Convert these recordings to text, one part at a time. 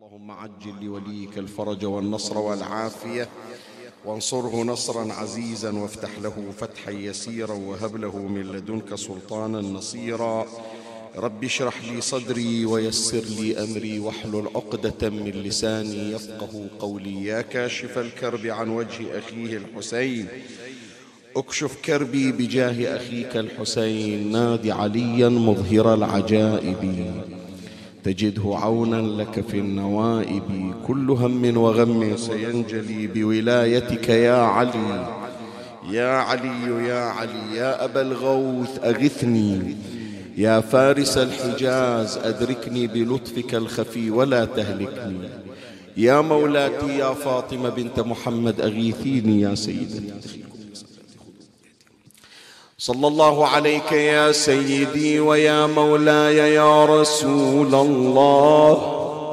اللهم عجل لوليك الفرج والنصر والعافية، وانصره نصرا عزيزا، وافتح له فتحا يسيرا، وهب له من لدنك سلطانا نصيرا. رب اشرح لي صدري ويسر لي أمري، واحلل عقدة من لساني يفقه قولي. يا كاشف الكرب عن وجه أخيه الحسين، اكشف كربي بجاه أخيك الحسين. نادي عليا مظهر العجائب، تجده عونا لك في النوائب. كل هم وغم سينجلي بولايتك يا علي، يا علي يا علي. يا أبا الغوث أغثني، يا فارس الحجاز أدركني بلطفك الخفي ولا تهلكني. يا مولاتي يا فاطمة بنت محمد أغيثيني يا سيدتي. صلى الله عليك يا سيدي ويا مولاي يا رسول الله.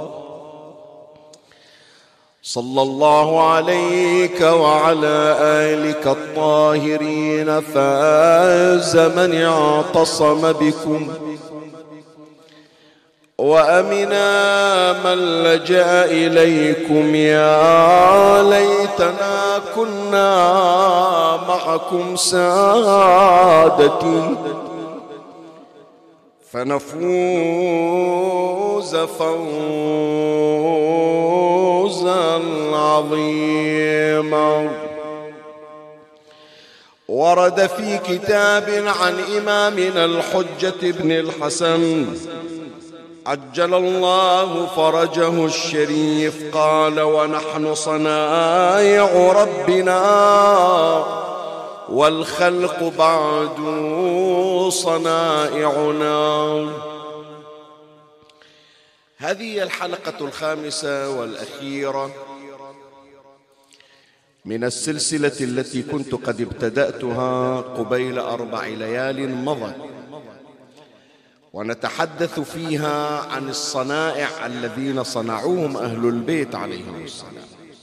صلى الله عليك وعلى آلك الطاهرين. فاز من اعتصم بكم، وأمنا من لجأ إليكم. يا ليتنا كنا معكم سادتي، فنفوز فوزا عظيما. ورد في كتاب عن إمامنا الحجة ابن الحسن عجل الله فرجه الشريف قال: ونحن صنائع ربنا، والخلق بعد صنائعنا. هذه الحلقة الخامسة والأخيرة من السلسلة التي كنت قد ابتدأتها قبيل 4 ليال مضت، ونتحدث فيها عن الصنائع الذين صنعوهم أهل البيت عليهم السلام.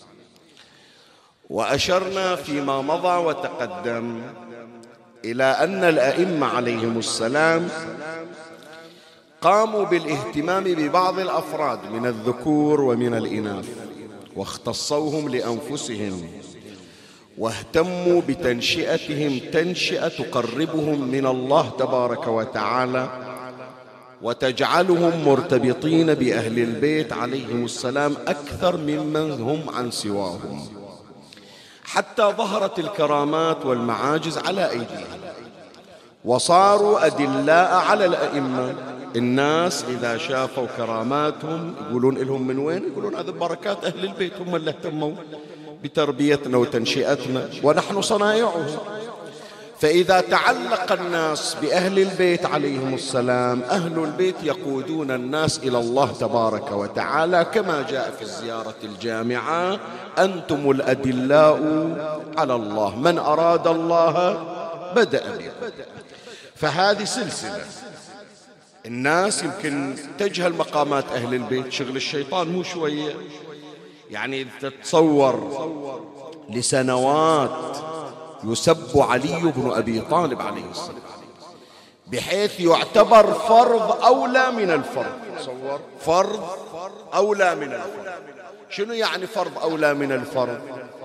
وأشرنا فيما مضى وتقدم إلى أن الأئمة عليهم السلام قاموا بالاهتمام ببعض الأفراد من الذكور ومن الإناث، واختصوهم لأنفسهم، واهتموا بتنشئتهم تنشئة تقربهم من الله تبارك وتعالى، وتجعلهم مرتبطين بأهل البيت عليهم السلام أكثر ممن هم عن سواهم، حتى ظهرت الكرامات والمعاجز على أيديهم، وصاروا أدلاء على الأئمة. الناس إذا شافوا كراماتهم يقولون لهم من وين؟ يقولون هذا بركات أهل البيت، هم اللي اهتموا بتربيتنا وتنشئتنا ونحن صنائعهم. فإذا تعلق الناس بأهل البيت عليهم السلام، أهل البيت يقودون الناس إلى الله تبارك وتعالى، كما جاء في الزيارة الجامعة: أنتم الأدلاء على الله، من أراد الله بدأ به. فهذه سلسلة. الناس يمكن تجهل مقامات أهل البيت، شغل الشيطان مو شوية. يعني تتصور لسنوات يسب علي بن أبي طالب عليه السلام، بحيث يعتبر فرض أولى من الفرض. تصور فرض أولى من الفرض. شنو يعني فرض أولى من الفرض؟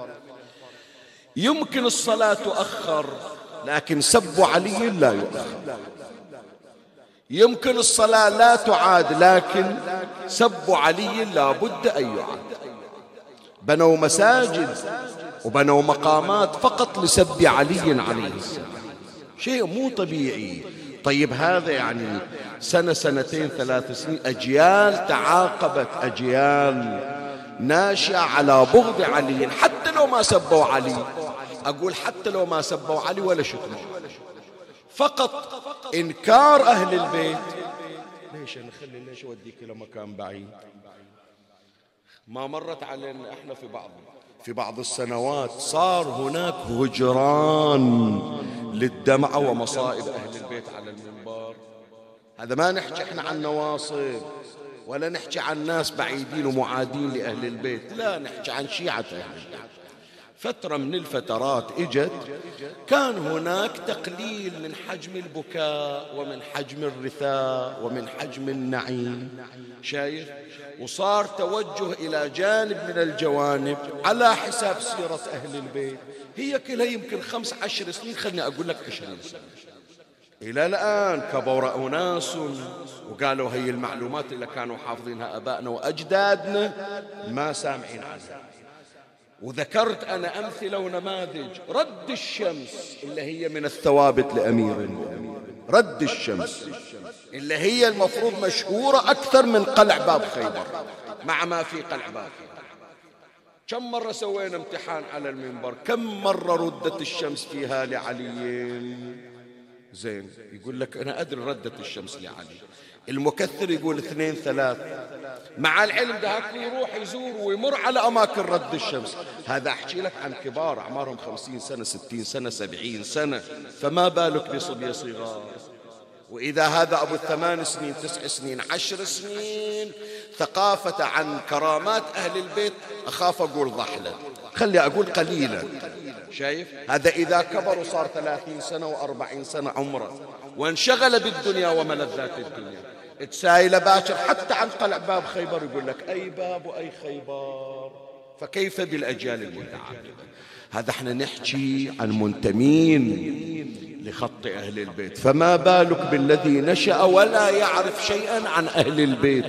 يمكن الصلاة تؤخر لكن سب علي لا يؤخر. يمكن الصلاة لا تعاد لكن سب علي لا بد أن يعاد. بنوا مساجد وبنوا مقامات فقط لسب علي عليه السلام، شيء مو طبيعي. طيب هذا يعني سنة، سنتين، 3 سنين، أجيال تعاقبت، أجيال ناشئة على بغض علي، حتى لو ما سبوا علي. أقول حتى لو ما سبوا علي ولا شتموا، فقط إنكار أهل البيت. ليش أوديك إلى مكان بعيد؟ ما مرت علينا احنا في بعض السنوات صار هناك هجران للدمعة ومصائب أهل البيت على المنبر. هذا ما نحكي احنا عن نواصب، ولا نحكي عن ناس بعيدين ومعادين لأهل البيت، لا، نحكي عن شيعة أهل البيت. فترة من الفترات إجت كان هناك تقليل من حجم البكاء ومن حجم الرثاء ومن حجم النعيم، شايف؟ وصار توجه إلى جانب من الجوانب على حساب سيرة أهل البيت. هي كلها يمكن 15 سنين، خلني أقول لك 20 سنة إلى الآن كبر أناس وقالوا هي المعلومات اللي كانوا حافظينها أبائنا وأجدادنا ما سامعين عنها. وذكرت أنا أمثلة ونماذج. رد الشمس اللي هي من الثوابت لأمير المؤمنين، رد الشمس اللي هي المفروض مشهورة أكثر من قلع باب خيبر، مع ما في قلع باب خيبر. كم مرة سوينا امتحان على المنبر، كم مرة ردت الشمس فيها لعلي؟ زين، يقول لك أنا أدري ردت الشمس لعلي. المكثر يقول 2 3، مع العلم ده يروح يزور ويمر على أماكن رد الشمس. هذا أحكي لك عن كبار أعمارهم 50 سنة 60 سنة 70 سنة، فما بالك بصبية صغار. وإذا هذا أبو 8 سنين 9 سنين 10 سنين ثقافة عن كرامات أهل البيت، أخاف أقول ضحلة، خلي أقول قليلا. شايف؟ هذا إذا كبر وصار 30 سنة و40 سنة عمره وانشغل بالدنيا وملذات الدنيا، تسايل باكر حتى عن قلع باب خيبر يقول لك أي باب وأي خيبر، فكيف بالأجيال المتعاقبة؟ هذا احنا نحكي عن منتمين لخط أهل البيت، فما بالك بالذي نشأ ولا يعرف شيئا عن أهل البيت.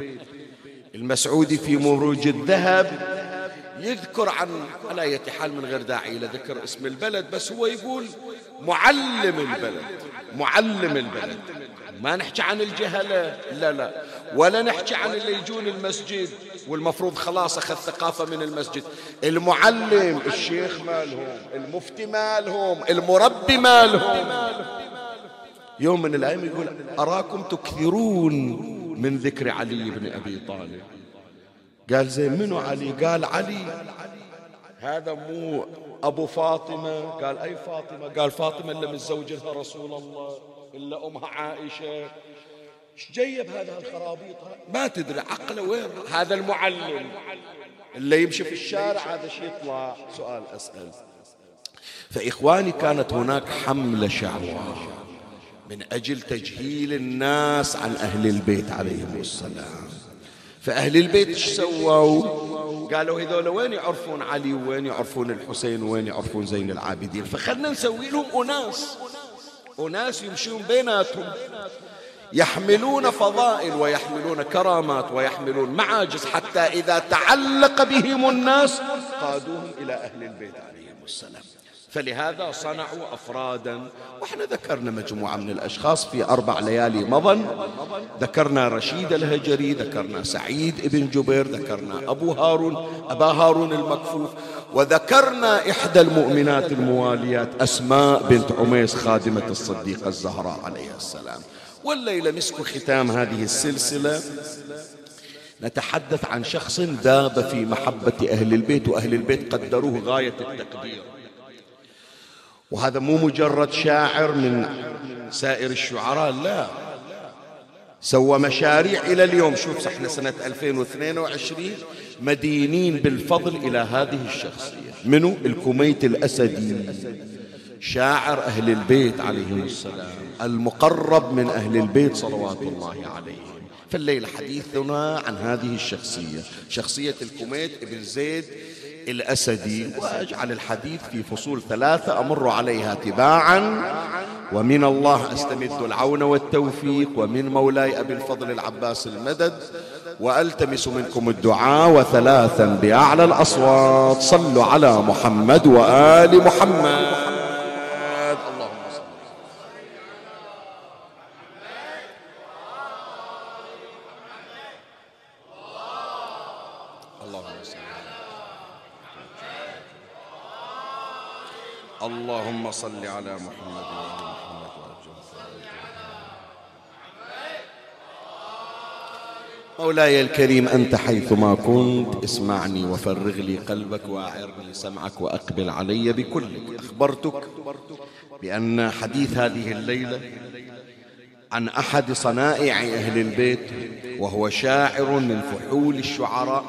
المسعودي في مروج الذهب يذكر عن، على أي حال من غير داعي إلى ذكر اسم البلد، بس هو يقول معلم البلد، معلم البلد. ما نحكي عن الجهلة، لا، ولا نحكي عن اللي يجون المسجد والمفروض خلاص أخذ ثقافة من المسجد. المعلم، الشيخ مالهم، المفتي مالهم، المربي مالهم. يوم من الأيام يقول أراكم تكثرون من ذكر علي بن أبي طالب. قال زين منو علي؟ قال علي هذا مو أبو فاطمة؟ قال أي فاطمة؟ قال فاطمة اللي متزوج لها رسول الله، إلا أمها عائشة. ايش جيب هذا الخرابيط؟ ما تدري عقله وين. هذا المعلم اللي يمشي في الشارع هذا شيء يطلع. سؤال أسأل، فإخواني كانت هناك حملة شعواء من أجل تجهيل الناس عن أهل البيت عليهم السلام. فأهل البيت ايش سووا؟ قالوا هذول وين يعرفون علي وين يعرفون الحسين وين يعرفون زين العابدين، فخلنا نسوي لهم أناس يمشون بيناتهم، يحملون فضائل ويحملون كرامات ويحملون معاجز، حتى إذا تعلق بهم الناس قادوهم إلى أهل البيت عليهم السلام. فلهذا صنعوا أفرادا، وإحنا ذكرنا مجموعة من الأشخاص في 4 ليالي مضى. ذكرنا رشيد الهجري، ذكرنا سعيد ابن جبير، ذكرنا أبا هارون المكفوف، وذكرنا إحدى المؤمنات المواليات أسماء بنت عميس خادمة الصديقة الزهراء عليها السلام. والليلة مسك ختام هذه السلسلة نتحدث عن شخص ذاب في محبة أهل البيت، وأهل البيت قدروه غاية التقدير. وهذا مو مجرد شاعر من سائر الشعراء، لا، سوى مشاريع إلى اليوم. شوف احنا سنة 2022 مدينين بالفضل إلى هذه الشخصية. منو؟ الكميت الأسدي، شاعر أهل البيت عليهم السلام، المقرب من أهل البيت صلوات الله عليهم. فالليلة حديثنا عن هذه الشخصية، شخصية الكميت ابن زيد الأسدي، وأجعل الحديث في فصول 3 أمر عليها تباعا. ومن الله أستمد العون والتوفيق، ومن مولاي أبي الفضل العباس المدد، وألتمس منكم الدعاء. وثلاثا بأعلى الأصوات صلوا على محمد وآل محمد. اللهم صل على محمد وآل محمد. مولاي الكريم، أنت حيثما كنت اسمعني وفرغ لي قلبك وأعر لي سمعك وأقبل علي بكلك. أخبرتك بأن حديث هذه الليلة عن أحد صنائع أهل البيت، وهو شاعر من فحول الشعراء،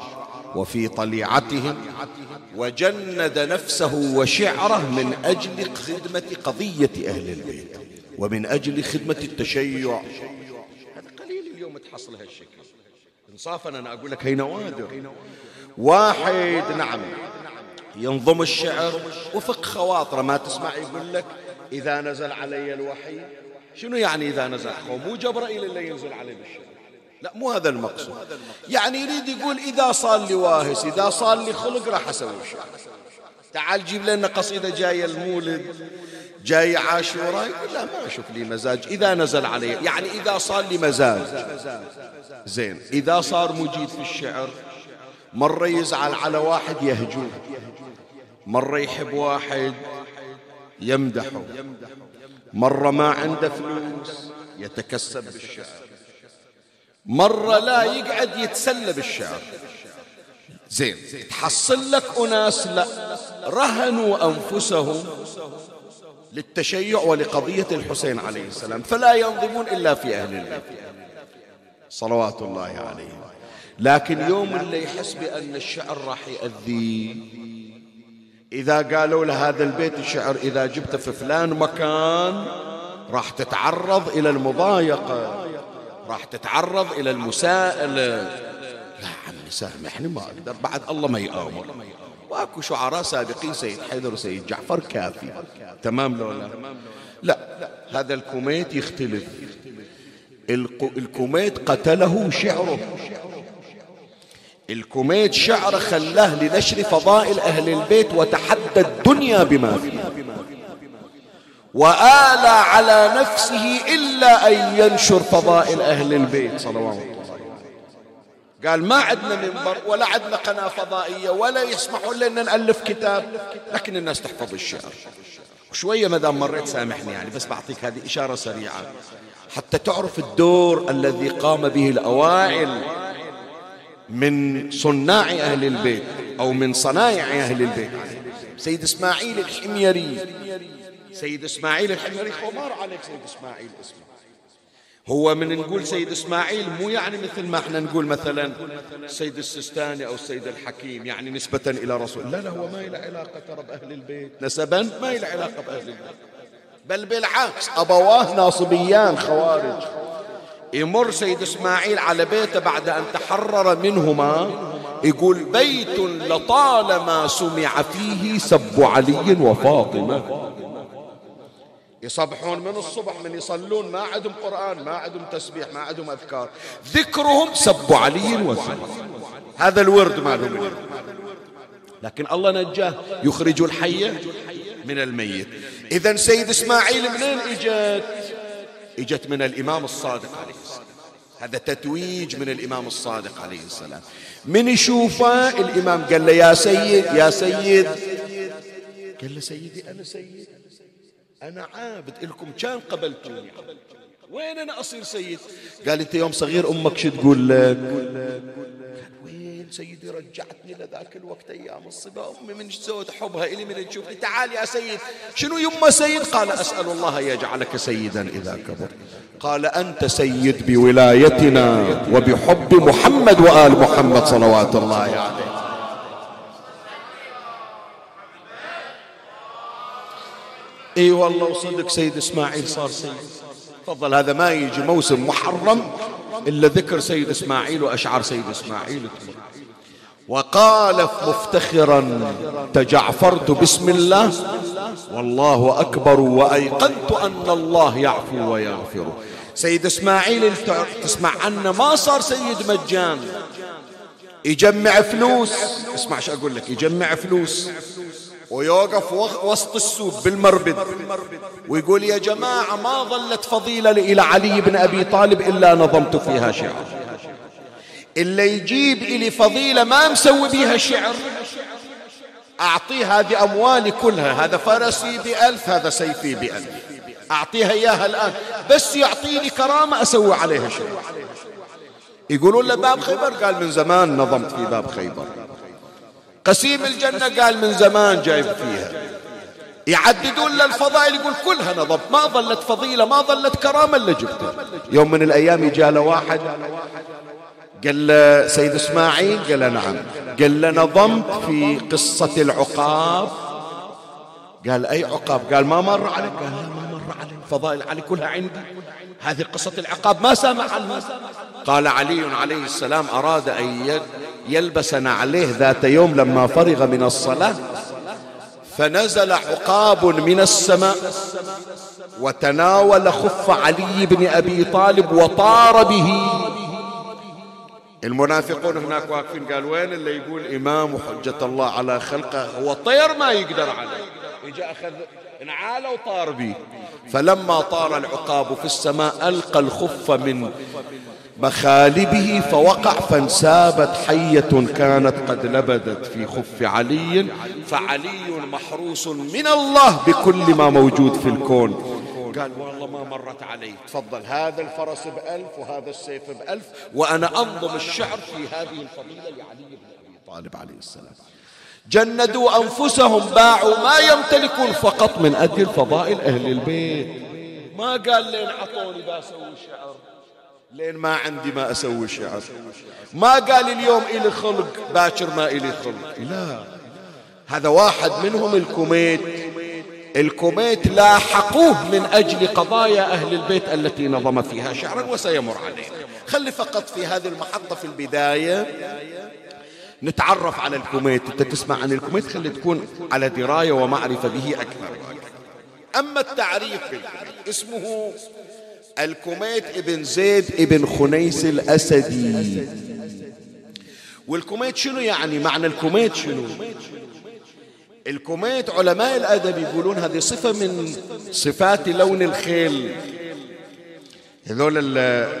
وفي طليعتهم، وجند نفسه وشعره من أجل خدمة قضية أهل البيت ومن أجل خدمة التشيع. هذا قليل اليوم تحصل هالشكل إنصافا. أنا أقول لك هي نوادر. واحد نعم ينظم الشعر وفق خواطره، ما تسمع يقول لك إذا نزل علي الوحي. شنو يعني إذا نزل؟ مو جبرائيل اللي ينزل عليه بالشعر، لا مو هذا المقصود. يعني يريد يقول إذا صار لي واهس، إذا صار لي خلق راح أسوي الشعر. تعال جيب لنا قصيدة جاية المولد، جاية عاشوراء، يقول لا ما أشوف لي مزاج إذا نزل علي. يعني إذا صار لي مزاج زين، إذا صار مجيد في الشعر، مرة يزعل على واحد يهجوه، مرة يحب واحد يمدحه، مرة ما عنده فلوس يتكسب بالشعر، مرة لا يقعد يتسلى بالشعر. زين، تحصل لك أناس لا رهنوا أنفسهم للتشيع ولقضية الحسين عليه السلام، فلا ينظمون إلا في أهل البيت صلوات الله عليهم. لكن يوم اللي يحس بأن الشعر راح يأذيه، إذا قالوا له هذا البيت الشعر إذا جبته في فلان مكان راح تتعرض إلى المضايقة، راح تتعرض إلى المساءلة. لا عمي سامحني ما أقدر، بعد الله ما يآمر. واكو شعراء سابقين، سيد حيدر وسيد جعفر كافي، تمام لو لا؟ لا، هذا الكوميت يختلف. الكوميت قتله شعره. الكوميت شعر خلاه لنشر فضائل أهل البيت وتحدى الدنيا بما فيها، وآلى على نفسه إلا أن ينشر فضائل أهل البيت صلوات الله. قال ما عندنا منبر ولا عندنا قناة فضائية ولا يسمحوا لنا نألف كتاب، لكن الناس تحفظ الشعر. وشوية مدام مريت سامحني يعني، بس بعطيك هذه إشارة سريعة حتى تعرف الدور الذي قام به الأوائل من صناع أهل البيت أو من صنايع أهل البيت. سيد إسماعيل الحميري، سيد إسماعيل الحميري خمار عليك سيد إسماعيل اسمه. هو من نقول سيد إسماعيل مو يعني مثل ما احنا نقول مثلا السيد السستاني أو السيد الحكيم، يعني نسبة إلى رسول. لا هو ما له علاقة ترى بأهل البيت نسبا، ما له علاقة بأهل البيت، بل بالعكس أبواه ناصبيان خوارج. يمر سيد إسماعيل على بيته بعد أن تحرر منهما، يقول بيت لطالما سمع فيه سب علي وفاطمة. يصبحون من الصبح من يصلون ما عندهم قرآن، ما عندهم تسبيح، ما عندهم أذكار، ذكرهم سب علي وفاطمة، هذا الورد مالهم. لكن الله نجاه، يخرج الحي من الميت. إذن سيد إسماعيل منين إجت من الإمام الصادق عليه السلام. هذا تتويج من الإمام الصادق عليه السلام. من يشوفه الإمام قال له يا سيد يا سيد، قال له سيدي أنا سيد، أنا عابد إلكم كان قبلتوني، وين أنا أصير سيد؟ قال أنت يوم صغير أمك شو تقول لك؟ وين سيدي رجعتني لذاك الوقت أيام الصبا، أمي من زود حبها إلي من تشوفني، تعال يا سيد. شنو يما سيد؟ قال أسأل الله يجعلك سيدا إذا كبر. قال أنت سيد بولايتنا وبحب محمد وآل محمد صلوات الله عليه. اي والله وصدق سيد اسماعيل صار سيد. تفضل، هذا ما يجي موسم محرم الا ذكر سيد اسماعيل واشعار سيد اسماعيل. وقال مفتخرا تجعفرت بسم الله والله اكبر وايقنت ان الله يعفو ويغفر. سيد اسماعيل تسمع عنه ما صار سيد مجان، يجمع فلوس. اسمع ايش اقول لك، يجمع فلوس ويوقف وسط السوق بالمربد ويقول يا جماعة ما ظلت فضيلة إلى علي بن أبي طالب إلا نظمت فيها شعر. اللي يجيب إلي فضيلة ما مسوي بيها شعر أعطيه هذه أموالي كلها، هذا فرسي ب1000، هذا سيفي ب1000، أعطيها إياها الآن، بس يعطيني كرامة أسوي عليها شعر. يقولون له باب خيبر، قال من زمان نظمت في باب خيبر. قسيم الجنة قال من زمان جايب فيها. يعددون له الفضائل، يقول كلها نظمت، ما ظلت فضيلة ما ظلت كرامة إلا جبتها. يوم من الأيام جاء له واحد قال له سيد إسماعيل، قال له نعم. قال له نظمت في قصة العقاب. قال أي عقاب؟ قال ما مر عليك؟ قال لا ما مر علي، فضائل علي كلها عندي، هذه قصة العقاب ما سمع عنها. قال علي عليه السلام أراد أن يلبس نعليه ذات يوم لما فرغ من الصلاة، فنزل عقاب من السماء وتناول خف علي بن أبي طالب وطار به. المنافقون هناك واقفين، قال وين اللي يقول إمام وحجة الله على خلقه؟ هو طير ما يقدر عليه، إجا أخذ نعاله وطار به. فلما طار العقاب في السماء ألقى الخف من مخالبه فوقع، فانسابت حية كانت قد لبدت في خف علي، فعلي محروس من الله بكل ما موجود في الكون. قال والله ما مرت علي، تفضل هذا الفرس ب1000 وهذا السيف ب1000، وأنا أنظم الشعر في هذه الفضيلة لعلي بن أبي طالب عليه السلام. جندوا أنفسهم، باعوا ما يمتلكون فقط من أجل فضائل أهل البيت. ما قال لين عطوني بأسوي شعر، لين ما عندي ما أسوي شعر. ما قال اليوم إلي خلق باكر ما إلي خلق، لا. هذا واحد منهم الكوميت لاحقوه من أجل قضايا أهل البيت التي نظم فيها شعرا، وسيمر عليه. خلي فقط في هذه المحطة في البداية نتعرف على الكوميت. أنت تسمع عن الكوميت خلي تكون على دراية ومعرفة به أكثر. أما التعريف بالكوميت، اسمه الكوميت ابن زيد ابن خنيس الأسدي. والكوميت شنو يعني؟ معنى الكوميت شنو؟ الكوميت علماء الأدب يقولون هذه صفة من صفات لون الخيل. هذول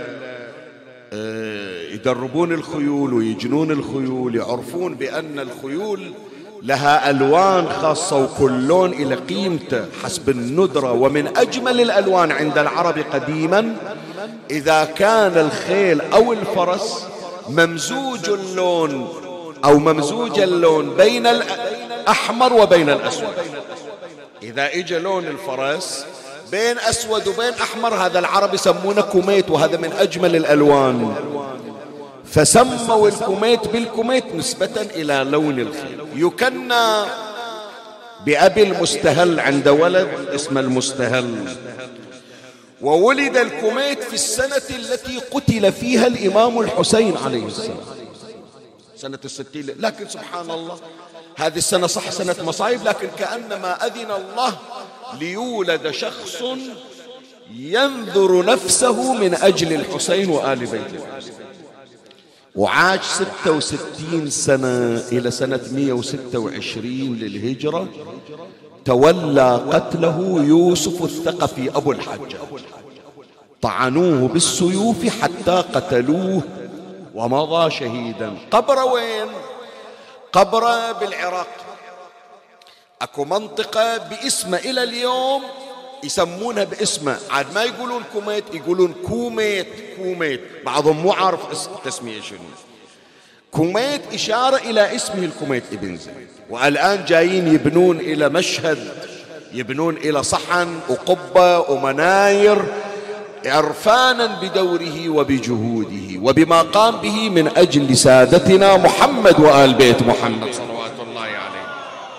يدربون الخيول ويجنون الخيول يعرفون بأن الخيول لها ألوان خاصة وكل لون إلى قيمته حسب الندرة. ومن أجمل الألوان عند العرب قديما إذا كان الخيل أو الفرس ممزوج اللون أو ممزوج اللون بين الأحمر وبين الأسود. إذا إجا لون الفرس بين أسود وبين أحمر، هذا العرب يسمونه كوميت، وهذا من أجمل الألوان. فسموا الكوميت بالكوميت نسبة إلى لون الخيل. يكنى بأبي المستهل عند ولد اسمه المستهل. وولد الكوميت في السنة التي قتل فيها الإمام الحسين عليه السلام، سنة 60. لكن سبحان الله هذه السنة صح سنة مصايب، لكن كأنما أذن الله ليولد شخص ينذر نفسه من أجل الحسين وآل بيته. وعاش 66 سنة إلى سنة 126 للهجرة. تولى قتله يوسف الثقفي أبو الحجاج، طعنوه بالسيوف حتى قتلوه ومضى شهيدا. قبره وين؟ قبره بالعراق. اكو منطقة باسمه إلى اليوم يسمونها باسمه، عاد ما يقولون كوميت، يقولون كوميت. بعضهم مو عارف التسمية شنو. كوميت إشارة إلى اسمه الكوميت ابن زيد. والآن جايين يبنون إلى مشهد، يبنون إلى صحن وقبة ومناير عرفانا بدوره وبجهوده وبما قام به من أجل سادتنا محمد وآل بيت محمد صلوات الله عليه.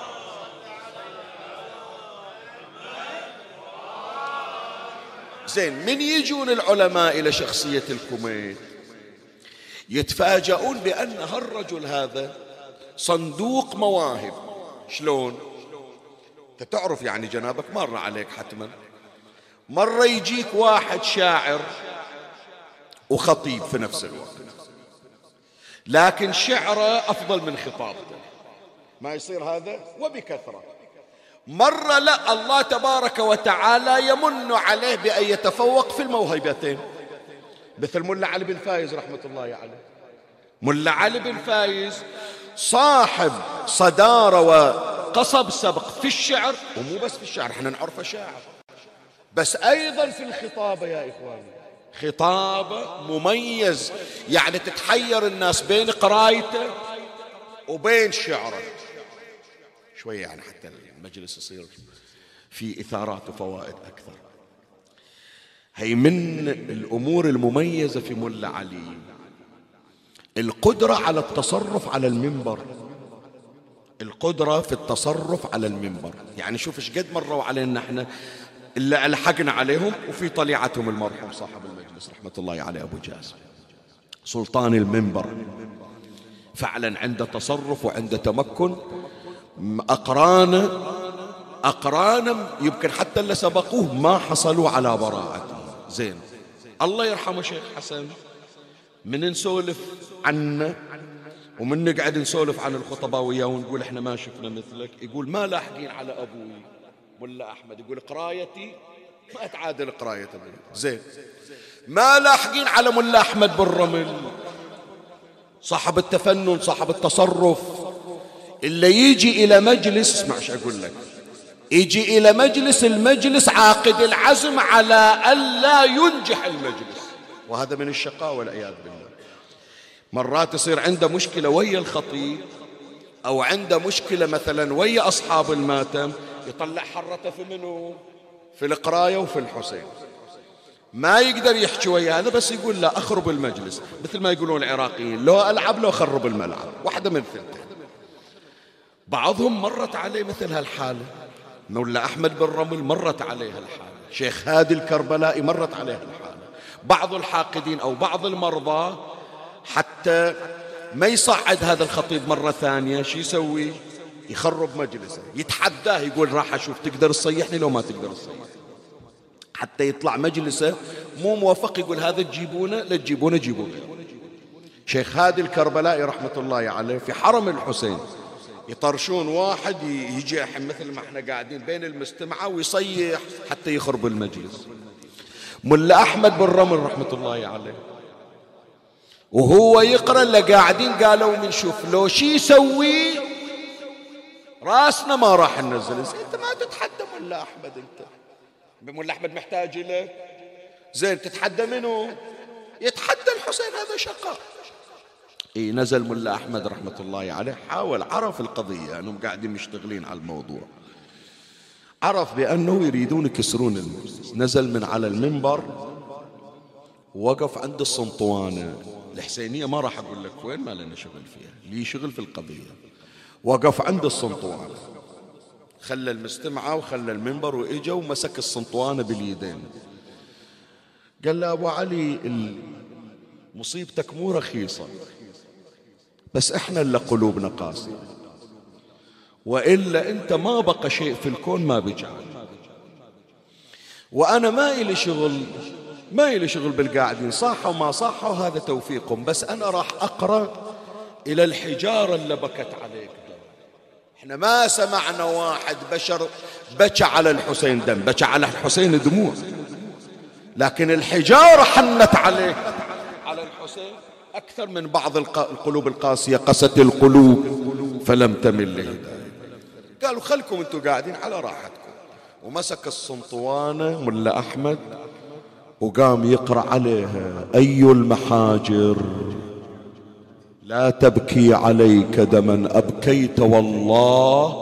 زين، من يجون العلماء إلى شخصية الكوميت يتفاجؤون بأن هالرجل هذا صندوق مواهب. شلون؟ انت تعرف يعني جنابك مر عليك حتما، مرة يجيك واحد شاعر وخطيب في نفس الوقت، لكن شعره أفضل من خطابته، ما يصير هذا وبكثرة. مرة لا، الله تبارك وتعالى يمن عليه بأن يتفوق في الموهبتين، مثل ملا علي بن فايز رحمة الله عليه. ملا علي بن فايز صاحب صدارة وقصب سبق في الشعر، ومو بس في الشعر، احنا نعرفه شاعر، بس أيضا في الخطابة يا إخواني، خطابة مميز. يعني تتحير الناس بين قرايته وبين شعره شوية، يعني حتى المجلس يصير في إثارات وفوائد أكثر. هي من الأمور المميزة في ملا علي القدرة على التصرف على المنبر، القدرة في التصرف على المنبر. يعني شوف ايش قد مروا علينا احنا إلا ألحقنا عليهم، وفي طليعتهم المرحوم صاحب المجلس رحمة الله عليه أبو جاسم سلطان المنبر، فعلا عنده تصرف وعنده تمكن. أقرانه يمكن حتى اللي سبقوه ما حصلوا على براءته. زين، الله يرحمه شيخ حسن، من نسولف عنه ومن نقعد نسولف عن الخطباء وياه ونقول احنا ما شفنا مثلك، يقول ما لاحقين على أبوي ملا أحمد، يقول قرايتي ما تعادل قراية أبوي. زين، ما لاحقين على ملا أحمد بالرمل، صاحب التفنن صاحب التصرف، اللي يجي إلى مجلس، اسمع ايش أقول لك، يجي إلى مجلس، المجلس عاقد العزم على ألا ينجح المجلس، وهذا من الشقاء والعياذ بالله. مرات يصير عنده مشكلة ويا الخطيب، أو عنده مشكلة مثلا ويا أصحاب الماتم، يطلع حرته في منه، في القراية وفي الحسين، ما يقدر يحكي ويا هذا، بس يقول لا أخرب المجلس، مثل ما يقولون العراقيين لو ألعب لو أخرب الملعب، واحدة من ثنتين. بعضهم مرت عليه مثل هالحالة، مولا أحمد بن رمل مرت عليه الحالة، شيخ هادي الكربلائي مرت عليه الحالة، بعض الحاقدين أو بعض المرضى حتى ما يصعد هذا الخطيب مرة ثانية، شو يسوي؟ يخرب مجلسه، يتحداه، يقول راح أشوف تقدر تصيحني لو ما تقدر تصيحني، حتى يطلع مجلسه مو موافق، يقول هذا تجيبونه، لا تجيبونه جيبونه. شيخ هادي الكربلائي رحمة الله عليه في حرم الحسين يطرشون واحد يجي مثل ما احنا قاعدين بين المستمعة ويصيح حتى يخرب المجلس. ملا أحمد بن رمل رحمة الله عليه وهو يقرأ اللي قاعدين قالوا من شوف لو شي يسوي راسنا ما راح ننزل. انت ما تتحدى ملا أحمد، انت ملا أحمد محتاج لك، زين تتحدى منه؟ يتحدى الحسين، هذا شقاء. نزل ملا أحمد رحمة الله عليه، حاول، عرف القضية أنهم قاعدين مشتغلين على الموضوع، عرف بأنه يريدون يكسرون المجلس، نزل من على المنبر وقف عند السنطوانة الحسينية، ما راح أقول لك وين، ما لنا شغل فيها، لي شغل في القضية. وقف عند السنطوانة، خلى المستمعة وخلى المنبر وإجا ومسك السنطوانة باليدين، قال له أبو علي مصيبتك مو رخيصة، بس احنا اللي قلوبنا قاسية، وإلا انت ما بقى شيء في الكون ما بيجعل، وأنا ما إلي شغل بالقاعدين، صاحوا ما صاحوا هذا توفيقهم، بس أنا راح أقرأ إلى الحجارة اللي بكت عليك دم. احنا ما سمعنا واحد بشر بكى على الحسين دم، بكى على الحسين دموع، لكن الحجارة حنت عليه على الحسين أكثر من بعض القلوب القاسية، قست القلوب فلم تمل لهداية. قالوا خلكم انتم قاعدين على راحتكم، ومسك السنطوانة ملا أحمد وقام يقرأ عليها أي المحاجر لا تبكي عليك دما أبكيت والله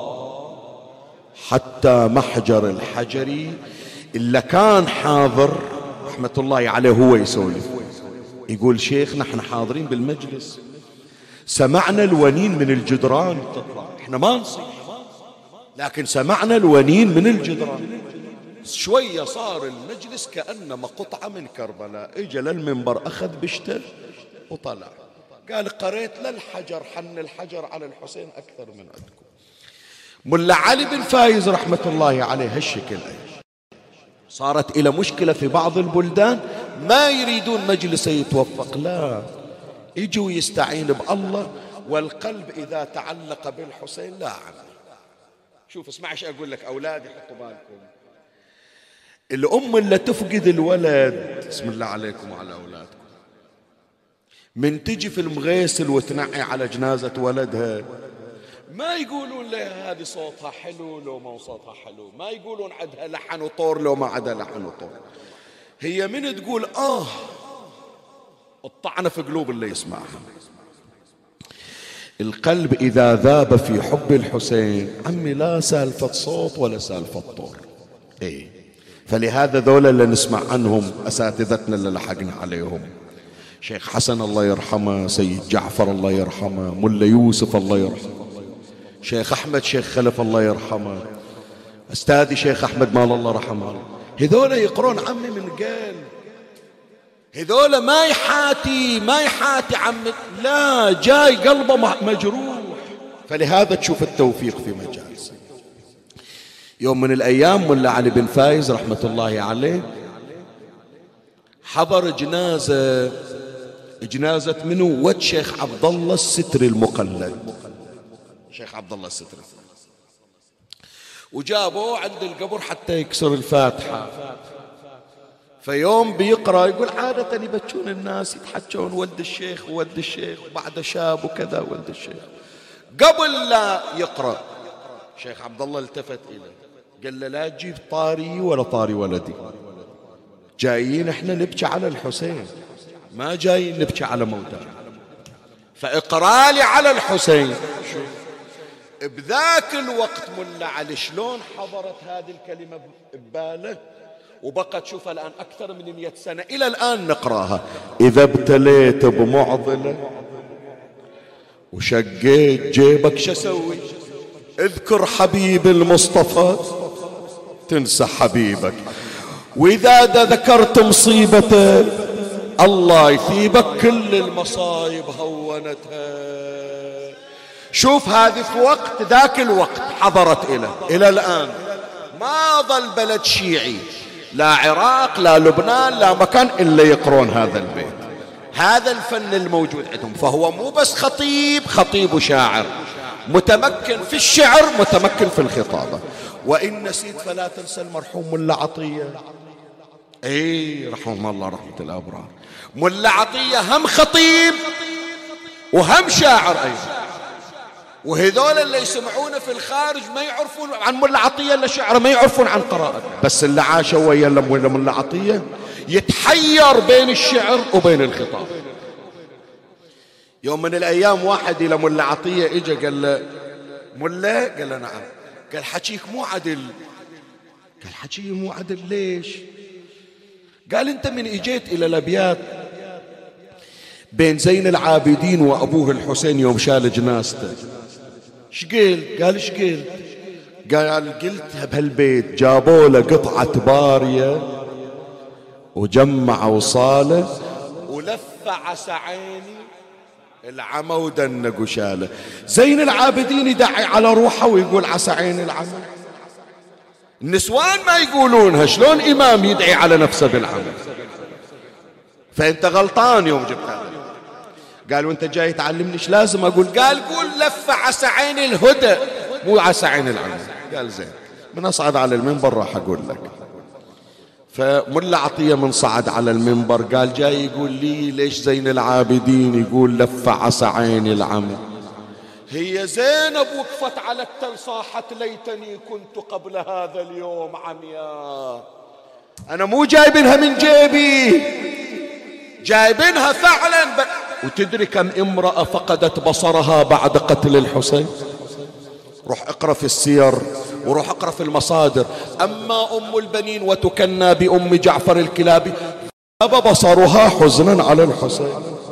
حتى محجر الحجر. إلا كان حاضر رحمة الله عليه هو يسولف، يقول شيخ نحن حاضرين بالمجلس، سمعنا الونين من الجدران تطلع، احنا ما نصيح، لكن سمعنا الونين من الجدران. شوية صار المجلس كأنما قطعة من كربلاء، اجى للمنبر أخذ بشته وطلع، قال قريت للحجر، حن الحجر على الحسين أكثر من عندكم. ملا علي بن فايز رحمة الله عليه هالشكل. صارت إلى مشكلة في بعض البلدان ما يريدون مجلس يتوفق، لا، يجوا يستعين بالله، والقلب إذا تعلق بالحسين لا عمل. شوف اسمع ايش أقول لك أولادي، حطوا بالكم، الأم اللي تفقد الولد، بسم الله عليكم وعلى أولادكم، من تجي في المغيسل وتنعي على جنازة ولدها، ما يقولون لها هذه صوتها حلو لو ما صوتها حلو، ما يقولون عدها لحن وطور لو ما عدها لحن وطور، هي من تقول الطعنة في قلوب اللي يسمعها. القلب إذا ذاب في حب الحسين عمي لا سالفة صوت ولا سالفة طور. فلهذا ذولا اللي نسمع عنهم أساتذتنا اللي لحقنا عليهم شيخ حسن الله يرحمه، سيد جعفر الله يرحمه، ملا يوسف الله يرحمه، شيخ أحمد شيخ خلف الله يرحمه، أستاذي شيخ أحمد مال الله رحمه. هذول يقرون عمي من قلب، هذول ما يحاتي عمي، لا جاي قلبه مجروح. فلهذا تشوف التوفيق في مجالس. يوم من الأيام ملا علي بن فايز رحمة الله عليه حضر جنازة منو؟ ود شيخ عبد الله الستري المقلد، شيخ عبد الله الستري، وجابوه عند القبر حتى يكسر الفاتحة. فيوم بيقرأ يقول عادة يبكون الناس يتحجون ولد الشيخ وولد الشيخ وبعد شاب وكذا ولد الشيخ. قبل لا يقرأ شيخ عبد الله التفت إليه قال له لا تجيب طاري ولا طاري ولدي، جايين احنا نبكي على الحسين، ما جايين نبكي على موتى، فاقرأ لي على الحسين. بذاك الوقت ملا علي شلون حضرت هذه الكلمة بباله، وبقت شوف الآن أكثر من 100 سنة إلى الآن نقراها. إذا ابتليت بمعضلة وشقيت جيبك شسوي، اذكر حبيب المصطفى تنسى حبيبك، وإذا ذكرت مصيبة الله يثيبك كل المصايب هونتها. شوف هذه في وقت ذاك الوقت حضرت إلى الآن ما ظل بلد شيعي لا عراق لا لبنان لا مكان إلا يقرون هذا البيت. هذا الفن الموجود عندهم، فهو مو بس خطيب وشاعر، متمكن في الشعر متمكن في الخطابة. وإن نسيت فلا تنسى المرحوم ملا عطية، رحمه الله رحمة الأبرار. ملا عطية هم خطيب وهم شاعر أيضا، وهذول اللي يسمعونه في الخارج ما يعرفون عن ملا عطية إلا شعره، ما يعرفون عن قراءته. بس اللي عاشوا ويا ملا عطية يتحير بين الشعر وبين الخطاب. يوم من الأيام واحد إلى ملا عطية إجا قال له ملا، قال له نعم، قال حكيك مو عدل. قال حكي مو عدل ليش؟ قال أنت من إجيت إلى الأبيات بين زين العابدين وأبوه الحسين يوم شال جنازته، شقيل؟ قال شقيل؟ قال قلتها بهالبيت جابوا له قطعة بارية وجمع وصاله ولف عسى عيني العمى ودنق وشاله. زين العابدين يدعي على روحه ويقول عسى عين العمى، النسوان ما يقولونها، شلون إمام يدعي على نفسه بالعمى؟ فأنت غلطان يوم جبت هذا. قال وانت جاي تعلمني ايش لازم اقول؟ قال قول لف عسى عين الهدى مو عسى عين العمى. قال زين، من اصعد على المنبر راح اقول لك. فملا عطية من صعد على المنبر قال جاي يقول لي ليش زين العابدين يقول لف عسى عين العمى؟ هي زينب وقفت على التل صاحت ليتني كنت قبل هذا اليوم عمياء. انا مو جايبينها من جيبي، جايبينها فعلا وتدري كم امرأة فقدت بصرها بعد قتل الحسين؟ روح اقرأ في السير وروح اقرأ في المصادر. أما أم البنين وتكنى بأم جعفر الكلابي ذهب بصرها حزنا على الحسين.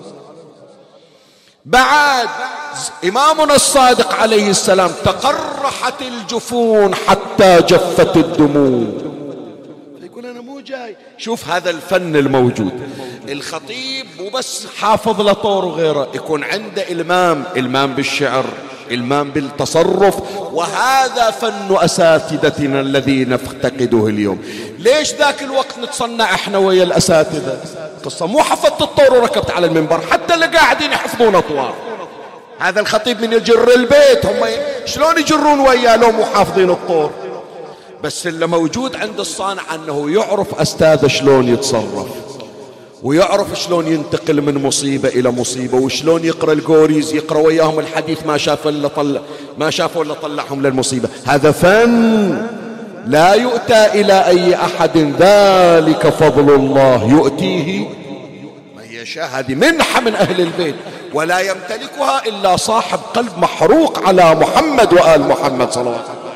بعد إمامنا الصادق عليه السلام تقرحت الجفون حتى جفت الدموع. يقول أنا مو جاي. شوف هذا الفن الموجود. الخطيب مو بس حافظ لطور وغيره، يكون عنده إلمام بالشعر، إلمام بالتصرف، وهذا فن أساتذتنا الذي نفتقده اليوم. ليش ذاك الوقت نتصنع احنا ويا الأساتذة؟ قصة مو حفظت الطور وركبت على المنبر، حتى اللي قاعدين يحفظون أطوار. هذا الخطيب من يجر البيت هم شلون يجرون وياه لو مو حافظين الطور؟ بس اللي موجود عند الصانع أنه يعرف أستاذه شلون يتصرف، ويعرف شلون ينتقل من مصيبة إلى مصيبة، وشلون يقرأ القوريز، يقرأ وياهم الحديث ما شافوا إلا طلعهم للمصيبة. هذا فن لا يؤتى إلى أي أحد، ذلك فضل الله يؤتيه من يشاء. هذه منحة من أهل البيت ولا يمتلكها إلا صاحب قلب محروق على محمد وآل محمد صلى الله عليه وسلم.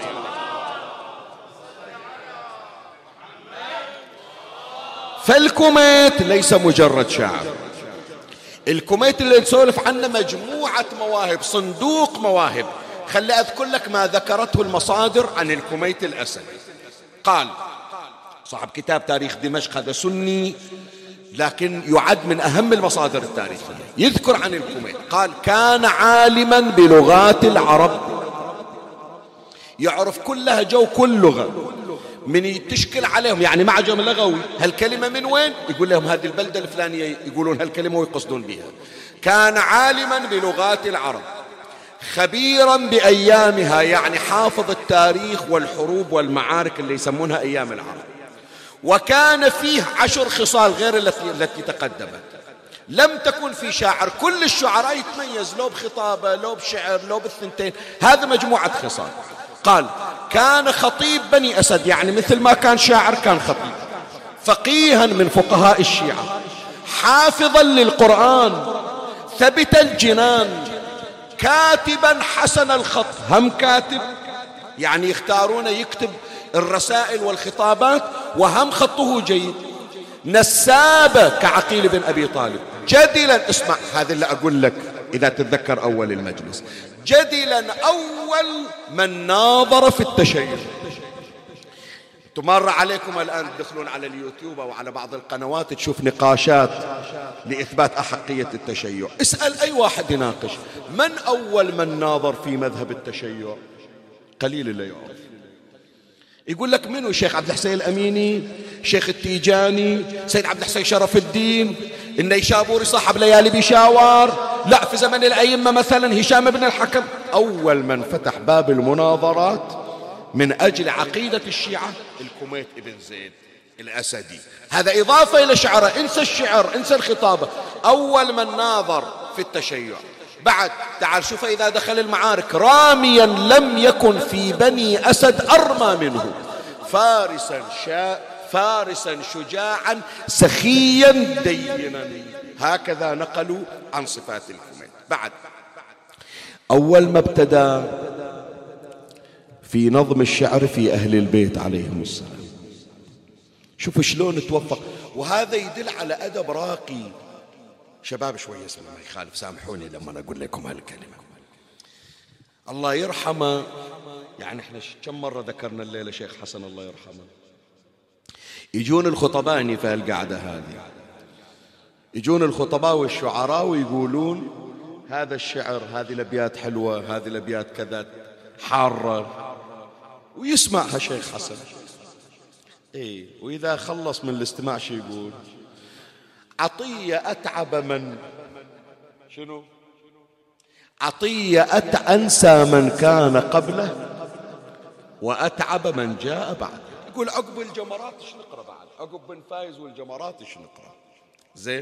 فالكوميت ليس مجرد شعر، الكوميت اللي نسولف عنه مجموعة مواهب، صندوق مواهب. خلي أذكر لك ما ذكرته المصادر عن الكوميت الأسدي. قال صاحب كتاب تاريخ دمشق، هذا سني لكن يعد من أهم المصادر التاريخية، يذكر عن الكوميت. قال كان عالما بلغات العرب، يعرف كل لهجة وكل لغة، من تشكل عليهم يعني معجم لغوي، هالكلمة من وين؟ يقول لهم هذه البلدة الفلانية، يقولون هالكلمة ويقصدون بها. كان عالما بلغات العرب، خبيرا بأيامها، يعني حافظ التاريخ والحروب والمعارك اللي يسمونها أيام العرب. وكان فيه 10 خصال غير التي تقدمت. لم تكن في شاعر، كل الشعراء يتميز لو بخطابة لو بشعر لو بالثنتين، هذا مجموعة خصال. قال كان خطيب بني أسد، يعني مثل ما كان شاعر كان خطيب، فقيها من فقهاء الشيعة، حافظا للقرآن، ثبت الجنان، كاتبا حسن الخط، هم كاتب يعني يختارونه يكتب الرسائل والخطابات، وهم خطه جيد، نسابة كعقيل بن أبي طالب، جدلا، اسمع هذا اللي أقول لك إذا تتذكر أول المجلس، جدلا أول من ناظر في التشيع. تمر عليكم الآن تدخلون على اليوتيوب أو على بعض القنوات تشوف نقاشات لإثبات أحقية التشيع، اسأل أي واحد يناقش من أول من ناظر في مذهب التشيع، قليل اللي يعرف. يقول لك منو؟ شيخ عبد الحسين الأميني، شيخ التيجاني، سيد عبد الحسين شرف الدين، النيشابوري صاحب ليالي بيشاور، لا في زمن الأئمة مثلا هشام بن الحكم. أول من فتح باب المناظرات من أجل عقيدة الشيعة الكوميت ابن زيد الأسدي. هذا إضافة إلى شعره، انسى الشعر انسى الخطابة، أول من ناظر في التشيع. بعد تعال شوف إذا دخل المعارك، راميا لم يكن في بني أسد أرمى منه، فارسا شجاعا سخيا دينا، هكذا نقلوا عن صفات الكوميت. بعد أول ما ابتدى في نظم الشعر في أهل البيت عليهم السلام، شوف شلون توفق، وهذا يدل على أدب راقي. شباب شوية اسمع ما يخالف، سامحوني لما أقول لكم هالكلمة. الله يرحمه، يعني احنا كم مرة ذكرنا الليلة شيخ حسن الله يرحمه، يجون الخطباء في هالقعدة هذه، يجون الخطباء والشعراء ويقولون هذا الشعر، هذه الأبيات حلوة، هذه الأبيات كذا حارة، ويسمعها شيخ حسن. وإذا خلص من الاستماع شو يقول؟ عطية أتعب من شنو؟ عطية أنسى من كان قبله وأتعب من جاء بعد. يقول عقب الجمرات ايش نقرأ بعد؟ عقب بن فايز والجمرات ايش نقرأ؟ زين.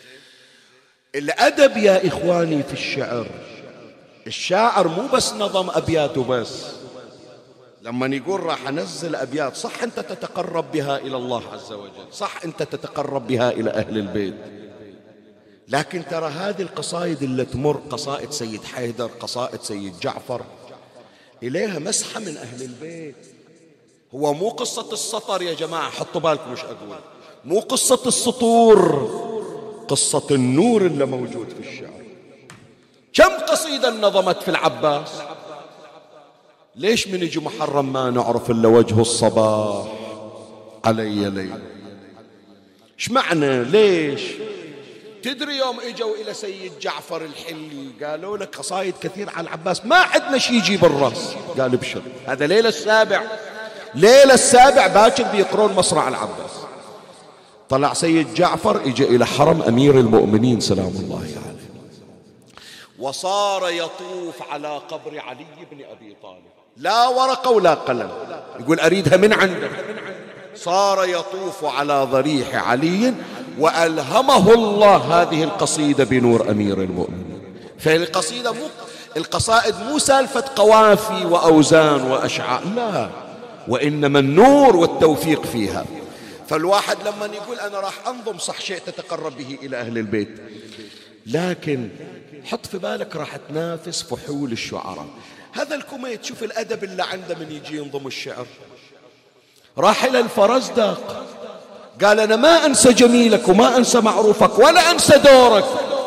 الأدب يا إخواني في الشعر، الشاعر مو بس نظم أبياته بس، لما يقول راح أنزل أبيات، صح أنت تتقرب بها إلى الله عز وجل، صح أنت تتقرب بها إلى أهل البيت، لكن ترى هذه القصائد اللي تمر، قصائد سيد حيدر، قصائد سيد جعفر، إليها مسحة من أهل البيت. هو مو قصة السطر يا جماعة، حطوا بالكم مش أقول، مو قصة السطور، قصة النور اللي موجود في الشعر. كم قصيدة نظمت في العباس؟ ليش من يجي محرم ما نعرف إلا وجه الصباح علي ليل؟ ايش معنى؟ ليش؟ تدري يوم اجوا إلى سيد جعفر الحلي قالوا لك قصايد كثير على العباس، ما عندنا شي يجيب الرأس، قال ابشر، هذا ليلة السابع باكر بيقرون مصرع العباس. طلع سيد جعفر اجى إلى حرم أمير المؤمنين سلام الله عليه، وصار يطوف على قبر علي بن أبي طالب، لا ورقة ولا قلم، يقول أريدها من عنده. صار يطوف على ضريح علي، وألهمه الله هذه القصيدة بنور أمير المؤمنين. القصائد مو سالفة قوافي وأوزان وأشعار، لا، وإنما النور والتوفيق فيها. فالواحد لما يقول أنا راح أنظم صح شيء تتقرب به إلى أهل البيت، لكن حط في بالك راح تنافس فحول الشعراء. هذا الكوميت شوف الأدب اللي عنده من يجي ينظم الشعر. راح إلى الفرزدق قال أنا ما أنسى جميلك وما أنسى معروفك ولا أنسى دورك،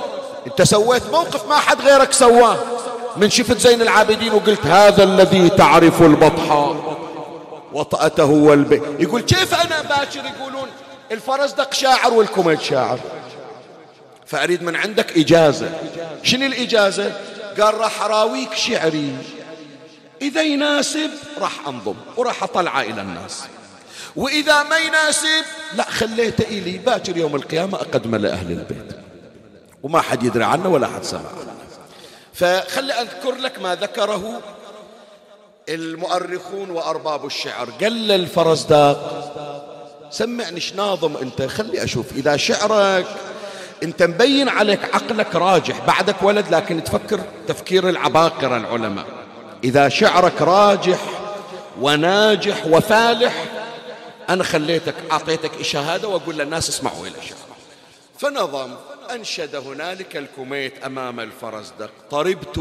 انت سويت موقف ما حد غيرك سواه. من شفت زين العابدين وقلت هذا الذي تعرف البطحاء وطأته والبئر، يقول كيف أنا باكر يقولون الفرزدق شاعر والكوميت شاعر، فأريد من عندك إجازة. شنو الإجازة؟ قال راح أراويك شعري، إذا يناسب راح أنظم وراح أطلعه إلى الناس، وإذا ما يناسب لا خليته إلي باكر يوم القيامة أقدمه لأهل البيت وما حد يدري عنه ولا حد سمع. فخلي أذكر لك ما ذكره المؤرخون وأرباب الشعر. قال للفرزداق سمعني شناظم أنت، خلي أشوف إذا شعرك أنت مبين عليك عقلك راجح، بعدك ولد لكن تفكر تفكير العباقرة العلماء، إذا شعرك راجح وناجح وفالح أنا خليتك أعطيتك شهادة وأقول للناس اسمعوا إلى الشعر. فنظم أنشد هنالك الكوميت أمام الفرزدق: طربت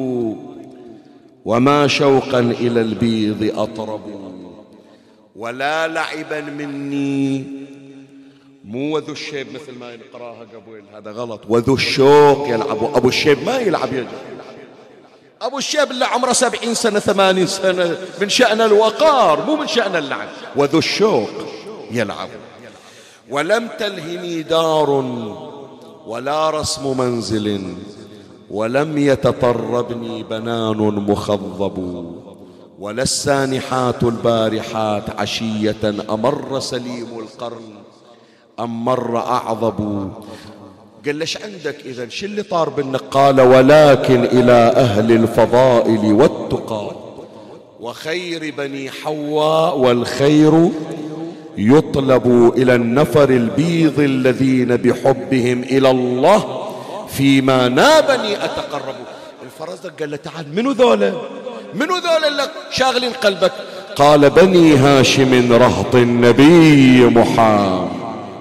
وما شوقا إلى البيض أطرب، ولا لعبا مني، مو وذو الشيب مثل ما يقراها قبل، هذا غلط، وذو الشوق يلعب، أبو الشيب ما يلعب يا جماعة، أبو الشيب اللي عمره 70 سنة 80 سنة من شأن الوقار مو من شأن اللعب، وذو الشوق يلعب. ولم تلهني دار ولا رسم منزل، ولم يتطربني بنان مخضب، ولا السانحات البارحات عشية أمر سليم القرن أم مر أعظب. قال ليش عندك إذن شو اللي طار بالنك؟ قال ولكن إلى أهل الفضائل والتقى وخير بني حواء، والخير يطلب إلى النفر البيض الذين بحبهم إلى الله فيما نابني أتقرب. الفرزدق قال له تعال منو ذولا، منو ذولا اللي شاغلين قلبك؟ قال بني هاشم رهط النبي محمد.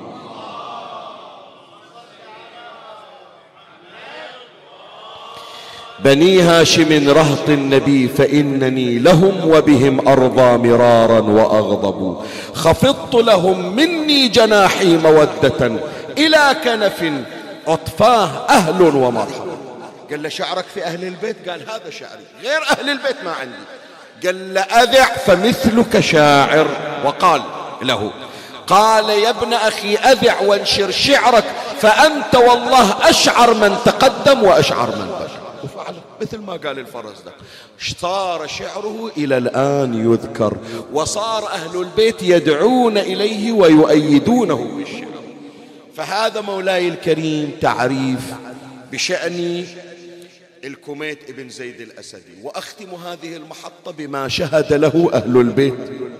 بني هاشم رهط النبي فإنني لهم وبهم أرضى مرارا وأغضب، خفضت لهم مني جناحي مودة إلى كنف عطفاه أهل ومرحبا. قال له شعرك في أهل البيت؟ قال هذا شعري، غير أهل البيت ما عندي. قال له أذع فمثلك شاعر، وقال له قال يا ابن أخي أذع وانشر شعرك فأنت والله أشعر من تقدم وأشعر من بشر. وفعل مثل ما قال الفرزدق، صار شعره إلى الآن يذكر، وصار أهل البيت يدعون إليه ويؤيدونه بالشعر. فهذا مولاي الكريم تعريف بشأن الكوميت ابن زيد الأسدي. وأختم هذه المحطة بما شهد له أهل البيت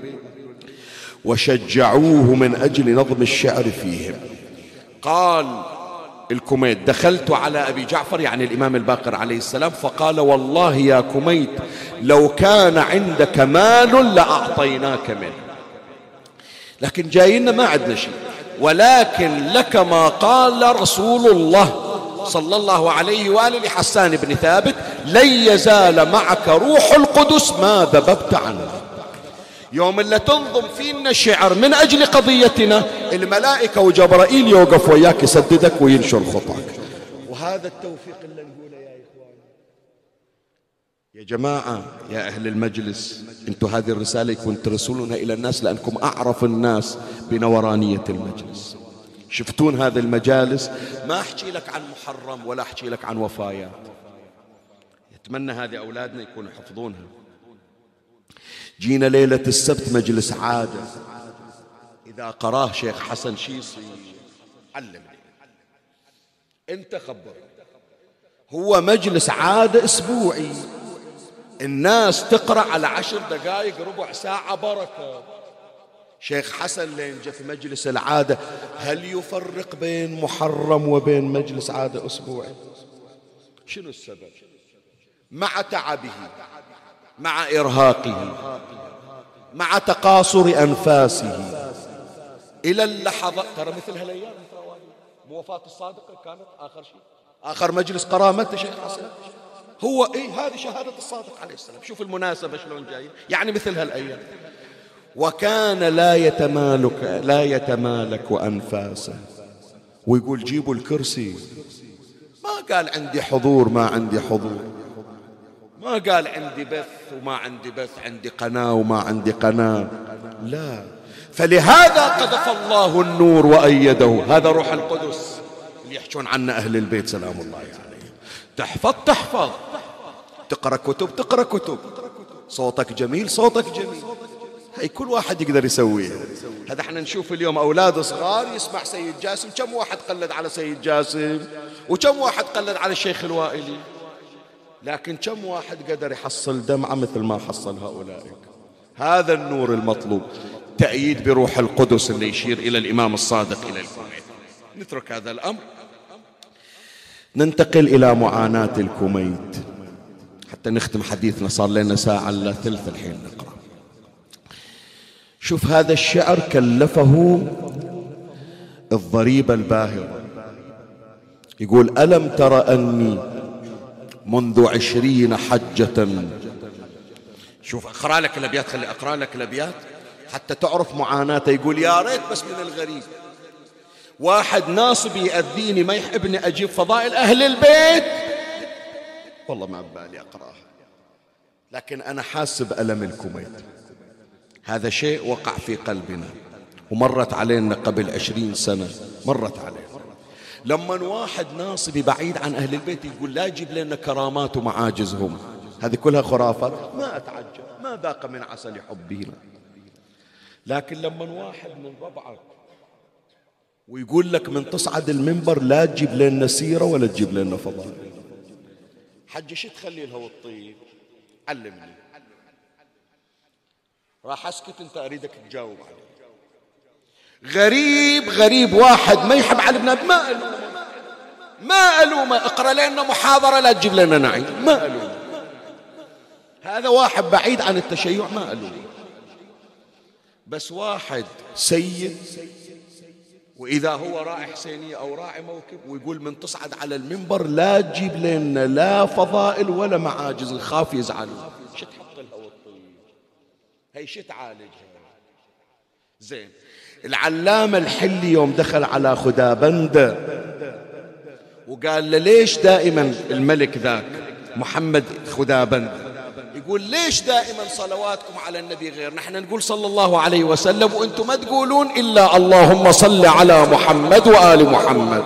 وشجعوه من أجل نظم الشعر فيهم. قال الكوميت دخلت على أبي جعفر يعني الإمام الباقر عليه السلام فقال والله يا كوميت لو كان عندك مال لأعطيناك منه، لكن جاينا ما عندنا شيء، ولكن لك ما قال رسول الله صلى الله عليه وآله لحسان بن ثابت: لن يزال معك روح القدس ما ذببت عنه. يوم اللي تنظم فينا شعر من أجل قضيتنا الملائكة وجبرائيل يوقف وياك يسددك وينشر خطاك. وهذا التوفيق اللي نقوله يا إخوان يا جماعة يا أهل المجلس. انتم هذه الرسالة يكون ترسلونها إلى الناس لأنكم أعرف الناس بنورانية المجلس. شفتون هذه المجالس ما أحكي لك عن محرم ولا أحكي لك عن وفايات، يتمنى هذه أولادنا يكونوا يحفظونها. جينا ليلة السبت مجلس عادة، إذا قراه شيخ حسن شيصي علمني أنت خبر، هو مجلس عادة أسبوعي، الناس تقرأ على 10 دقائق ربع ساعة بركة. شيخ حسن لين جاء في مجلس العادة هل يفرق بين محرم وبين مجلس عادة أسبوعي؟ شنو السبب؟ مع تعبه، مع إرهاقه، مع تقاصر أنفاسه إلى اللحظة. ترى مثل هالأيام مو وفاة الصادق كانت آخر شيء، آخر مجلس قرامته شيخ حسن هو هذه شهادة الصادق عليه السلام. شوف المناسبة شلون جاية، يعني مثل هالأيام. وكان لا يتمالك أنفاسه، ويقول جيبوا الكرسي ما قال عندي حضور ما عندي حضور، ما قال عندي بث وما عندي بث، عندي قناة وما عندي قناة، لا. فلهذا قذف الله النور وأيده. هذا روح القدس اللي يحجون عنه أهل البيت سلام الله عليهم. تحفظ، تقرأ كتب، صوتك جميل، هي كل واحد يقدر يسويها. هذا احنا نشوف اليوم أولاد صغار يسمع سيد جاسم، كم واحد قلد على سيد جاسم، وكم واحد قلد على الشيخ الوائلي، لكن كم واحد قدر يحصل دمعة مثل ما حصل هؤلاء. هذا النور المطلوب، تأييد بروح القدس اللي يشير إلى الإمام الصادق إلى الكويت. نترك هذا الأمر، ننتقل إلى معاناة الكويت حتى نختم حديثنا، صار لنا ساعة إلا ثلث الحين نقرأ. شوف هذا الشعر كلفه الضريبة الباهرة، يقول: ألم تر أني منذ 20 حجة. شوف أقرأ لك الأبيات، خلي أقرأ لك الأبيات حتى تعرف معاناته. يقول: يا ريت بس من الغريب واحد ناصب يأذيني ما يحبني أجيب فضائل أهل البيت، والله ما ببالي أقرأها، لكن أنا حاسب ألم الكويت. هذا شيء وقع في قلبنا ومرت علينا قبل 20 سنة، مرت علينا. لما واحد ناصبي بعيد عن أهل البيت يقول لا يجيب لنا كرامات ومعاجزهم، هذه كلها خرافات، ما أتعجب، ما ذاق من عسل حبنا. لكن لما واحد من ربعك ويقول لك من تصعد المنبر لا تجيب لنا سيرة ولا تجيب لنا فضائل، حج شو تخلي لها والطيب؟ علمني. راح أسكت، أنت أريدك تجاوب عليه. غريب واحد ما يحب علي بن أبي، ما ألومه، اقرأ لنا محاضرة لا تجيب لنا نعيم، ما ألومه. هذا واحد بعيد عن التشيع، ما ألومه. بس واحد سيد، وإذا هو راعي حسينية أو راعي موكب ويقول من تصعد على المنبر لا تجيب لنا لا فضائل ولا معاجز، الخاف يزعلوا، شو تحط لها والطيب؟ هي شو تعالجها؟ زين. العلامة الحلي يوم دخل على خدابندة وقال له ليش دائما الملك ذاك محمد خدابندة يقول ليش دائما صلواتكم على النبي غير؟ نحن نقول صلى الله عليه وسلم وانتم ما تقولون إلا اللهم صل على محمد وآل محمد.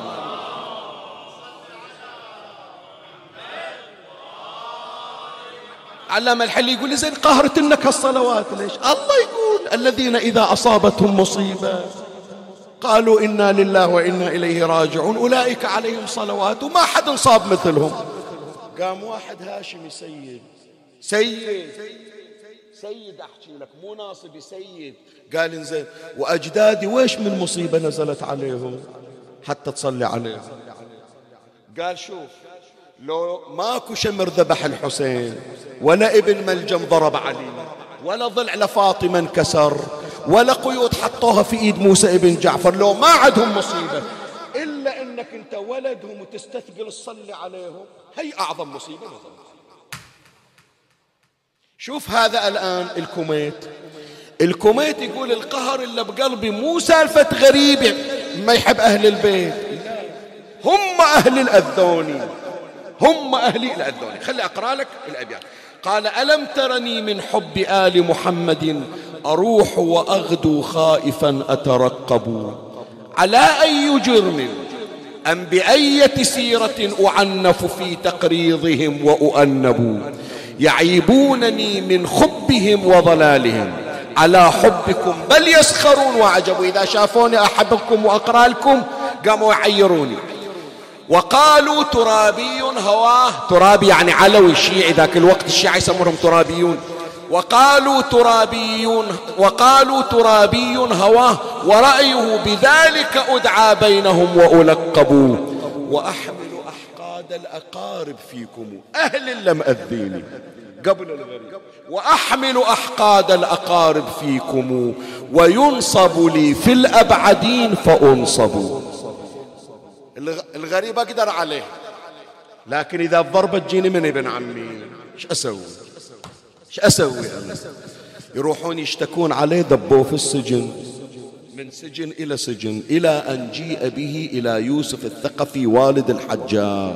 علامة الحلي يقول لي زين قهرت انك هالصلوات ليش؟ الله يقول الذين إذا أصابتهم مصيبة قالوا إنا لله وإنا إليه راجعون أولئك عليهم صلوات، وما حد صاب مثلهم. قام واحد هاشمي سيد أحكي لك مو ناصبي، سيد، قال انزين وأجدادي ويش من مصيبة نزلت عليهم حتى تصلي عليهم؟ قال شوف لو ماكو شمر ذبح الحسين ولا ابن ملجم ضرب علي ولا ضلع لفاطمة انكسر ولا قيود حطوها في ايد موسى ابن جعفر، لو ما عندهم مصيبة إلا انك انت ولدهم وتستثقل تصلي عليهم، هي أعظم مصيبة نزلت. شوف هذا الآن الكويت يقول القهر اللي بقلبي مو سالفة غريب ما يحب أهل البيت، هم أهل الأذوني، هم أهلي الأذوني. خلي أقرأ لك الأبيات. قال ألم ترني من حب آل محمد أروح وأغدو خائفا أترقب على أي جرم أم بأية سيرة أعنف في تقريضهم وأؤنب يعيبونني من خبهم وضلالهم على حبكم بل يسخرون وعجبوا إذا شافوني أحبكم وأقرأ لكم قاموا يعيروني. وقالوا ترابي هواه، ترابي يعني علوي الشيعي ذاك الوقت، الشيعة يسمونهم ترابيون. وقالوا ترابي هواه ورأيه بذلك أدعى بينهم وألقبوا وأحمل أحقاد الأقارب فيكم، أهل لم أذيني قبل الغريب، وأحمل أحقاد الأقارب فيكم وينصب لي في الأبعدين فأنصبوا. الغريب أقدر عليه، لكن إذا الضربة تجيني من ابن عمي ايش أسوي أنا؟ يروحون يشتكون عليه دبوه في السجن، من سجن إلى سجن إلى أن جيء به إلى يوسف الثقفي والد الحجاج.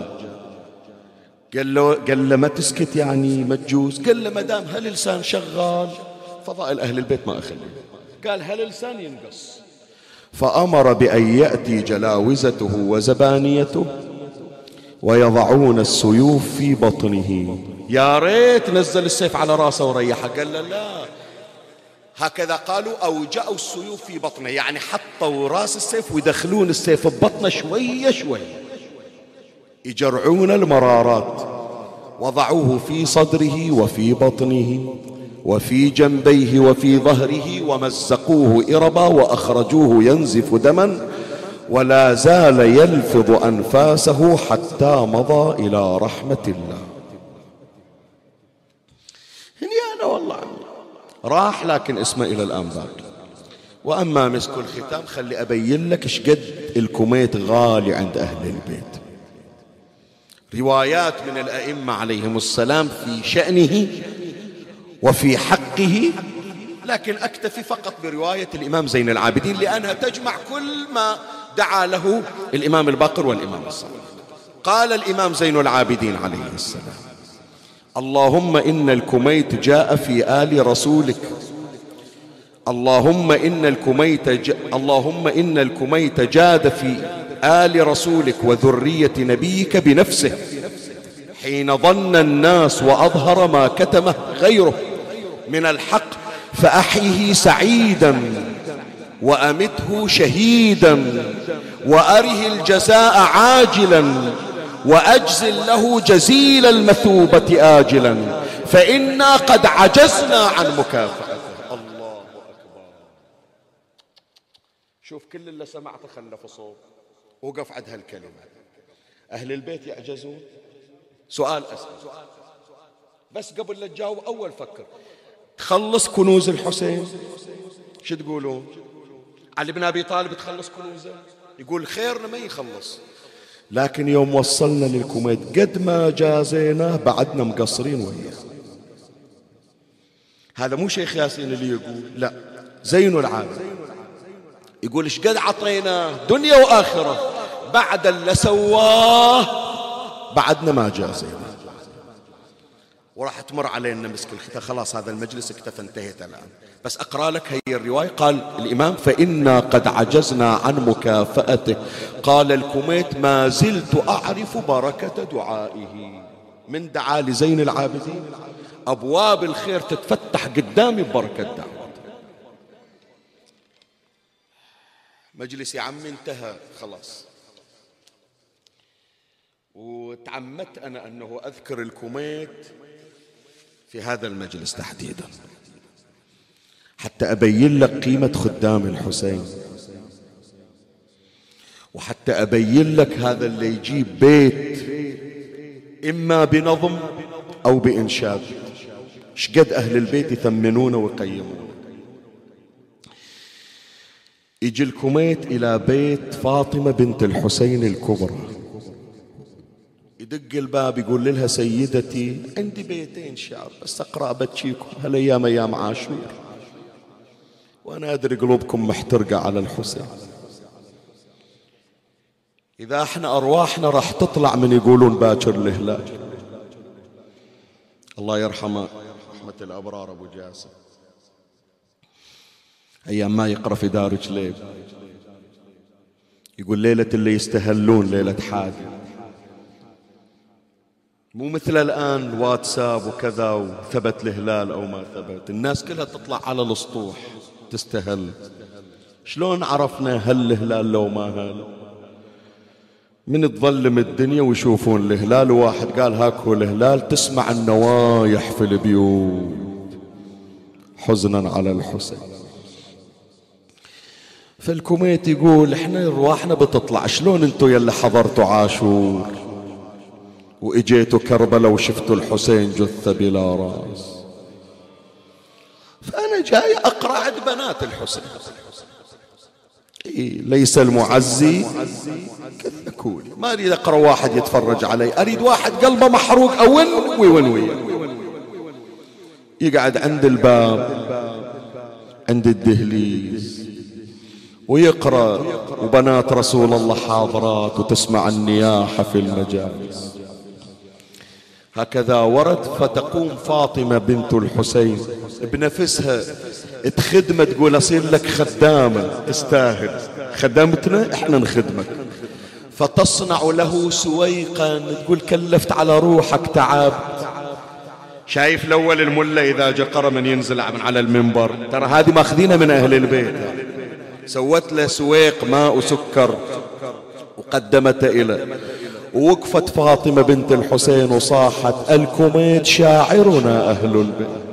قال له ما تسكت يعني ما تجوز؟ قال له ما دام هاللسان شغال فضائل أهل البيت ما أخليه. قال هاللسان ينقص. فأمر بأن يأتي جلاوزته وزبانيته ويضعون السيوف في بطنه. يا ريت نزل السيف على راسه وريحه. قال له لا، هكذا قالوا، أوجأوا السيوف في بطنه، يعني حطوا راس السيف ويدخلون السيف ببطنه شوية شوية يجرعون المرارات. وضعوه في صدره وفي بطنه وفي جنبيه وفي ظهره ومزقوه إربا وأخرجوه ينزف دما ولا زال يلفظ أنفاسه حتى مضى إلى رحمة الله. هني أنا والله راح، لكن اسمه إلى الآن باقي. وأما مسك الختام خلي أبين لك شقد الكوميت غالي عند أهل البيت. روايات من الأئمة عليهم السلام في شأنه وفي حقه، لكن أكتفي فقط برواية الإمام زين العابدين لأنها تجمع كل ما دعا له الإمام الباقر والإمام الصادق. قال الإمام زين العابدين عليه السلام: اللهم إن الكميت جاء في آل رسولك، اللهم إن الكميت جاد في آل رسولك وذرية نبيك بنفسه حين ظن الناس وأظهر ما كتمه غيره من الحق، فأحيه سعيدا وأمته شهيدا وأره الجزاء عاجلا وأجزل له جزيل المثوبة آجلا، فإنا قد عجزنا عن مكافأته. الله أكبر. شوف كل اللي سمعته خلف صوت وقف عند هالكلمة. أهل البيت يعجزون؟ سؤال أسأل بس قبل لا تجاوب أول فكر، تخلص كنوز الحسين شو تقولون؟ علي بن أبي طالب تخلص كنوزه؟ يقول خيرنا ما يخلص. لكن يوم وصلنا للكوميت قد ما جازيناه بعدنا مقصرين وياه. هذا مو شيخ ياسين اللي يقول، لا، زين العابدين يقول ايش قد عطيناه دنيا وآخرة بعد اللي سواه بعدنا ما جازيناه. وراح تمر علينا مسك الختام. خلاص هذا المجلس اكتفى، انتهيت الآن، بس أقرأ لك هي الرواية. قال الإمام: فإنا قد عجزنا عن مكافأته. قال الكوميت: ما زلت أعرف بركة دعائه. من دعا لزين العابدين أبواب الخير تتفتح قدامي ببركة دعوته. مجلس يا عمي انتهى خلاص، وتعمدت أنا أنه أذكر الكوميت في هذا المجلس تحديدا حتى أبين لك قيمة خدام الحسين، وحتى أبين لك هذا اللي يجيب بيت إما بنظم أو بإنشاد شقد أهل البيت يثمنونه ويقيمونه. يجي الكوميت إلى بيت فاطمة بنت الحسين الكبرى، يدق الباب يقول لها: سيدتي عندي بيتين شعر بس أقرأ بتشيكم، هالأيام أيام عاشور وأنا أدري قلوبكم محترقة على الحسين، إذا احنا أرواحنا راح تطلع من يقولون باكر الهلال. الله يرحمه رحمة الأبرار أبو جاسم، أيام ما يقرأ في دار جليب يقول: ليلة اللي يستهلون ليلة حادي، مو مثل الآن واتساب وكذا وثبت الهلال أو ما ثبت، الناس كلها تطلع على الأسطوح تستهل. شلون عرفنا هل الهلال لو ما هل؟ من تظلم الدنيا ويشوفون الهلال، وواحد قال هاك هو الهلال، تسمع النوايح في البيوت حزنا على الحسين. فالكوميت يقول: احنا ارواحنا بتطلع، شلون انتو يلي حضرتوا عاشور واجيتوا كربلاء وشفتوا الحسين جثة بلا راس؟ فأنا جاي أقرأ عند بنات الحسين. ليس المعزي كالذكوري، ما أريد أقرأ واحد يتفرج علي، أريد واحد قلبه محروق أون ويونوي يقعد عند الباب عند الدهليز ويقرأ وبنات رسول الله حاضرات وتسمع النياحة في المجالس. هكذا ورد. فتقوم فاطمة بنت الحسين بنفسها تخدمه، تقول أصير لك خدامة، تستاهل خدمتنا احنا نخدمك. فتصنع له سويقا، تقول كلفت على روحك تعب. شايف الأول الملة إذا جاء قرمن ينزل من على المنبر، ترى هذه ماخذينها من أهل البيت. سوت له سويق ماء وسكر وقدمته إليه. ووقفت فاطمة بنت الحسين وصاحت الكوميت شاعرنا أهل البيت،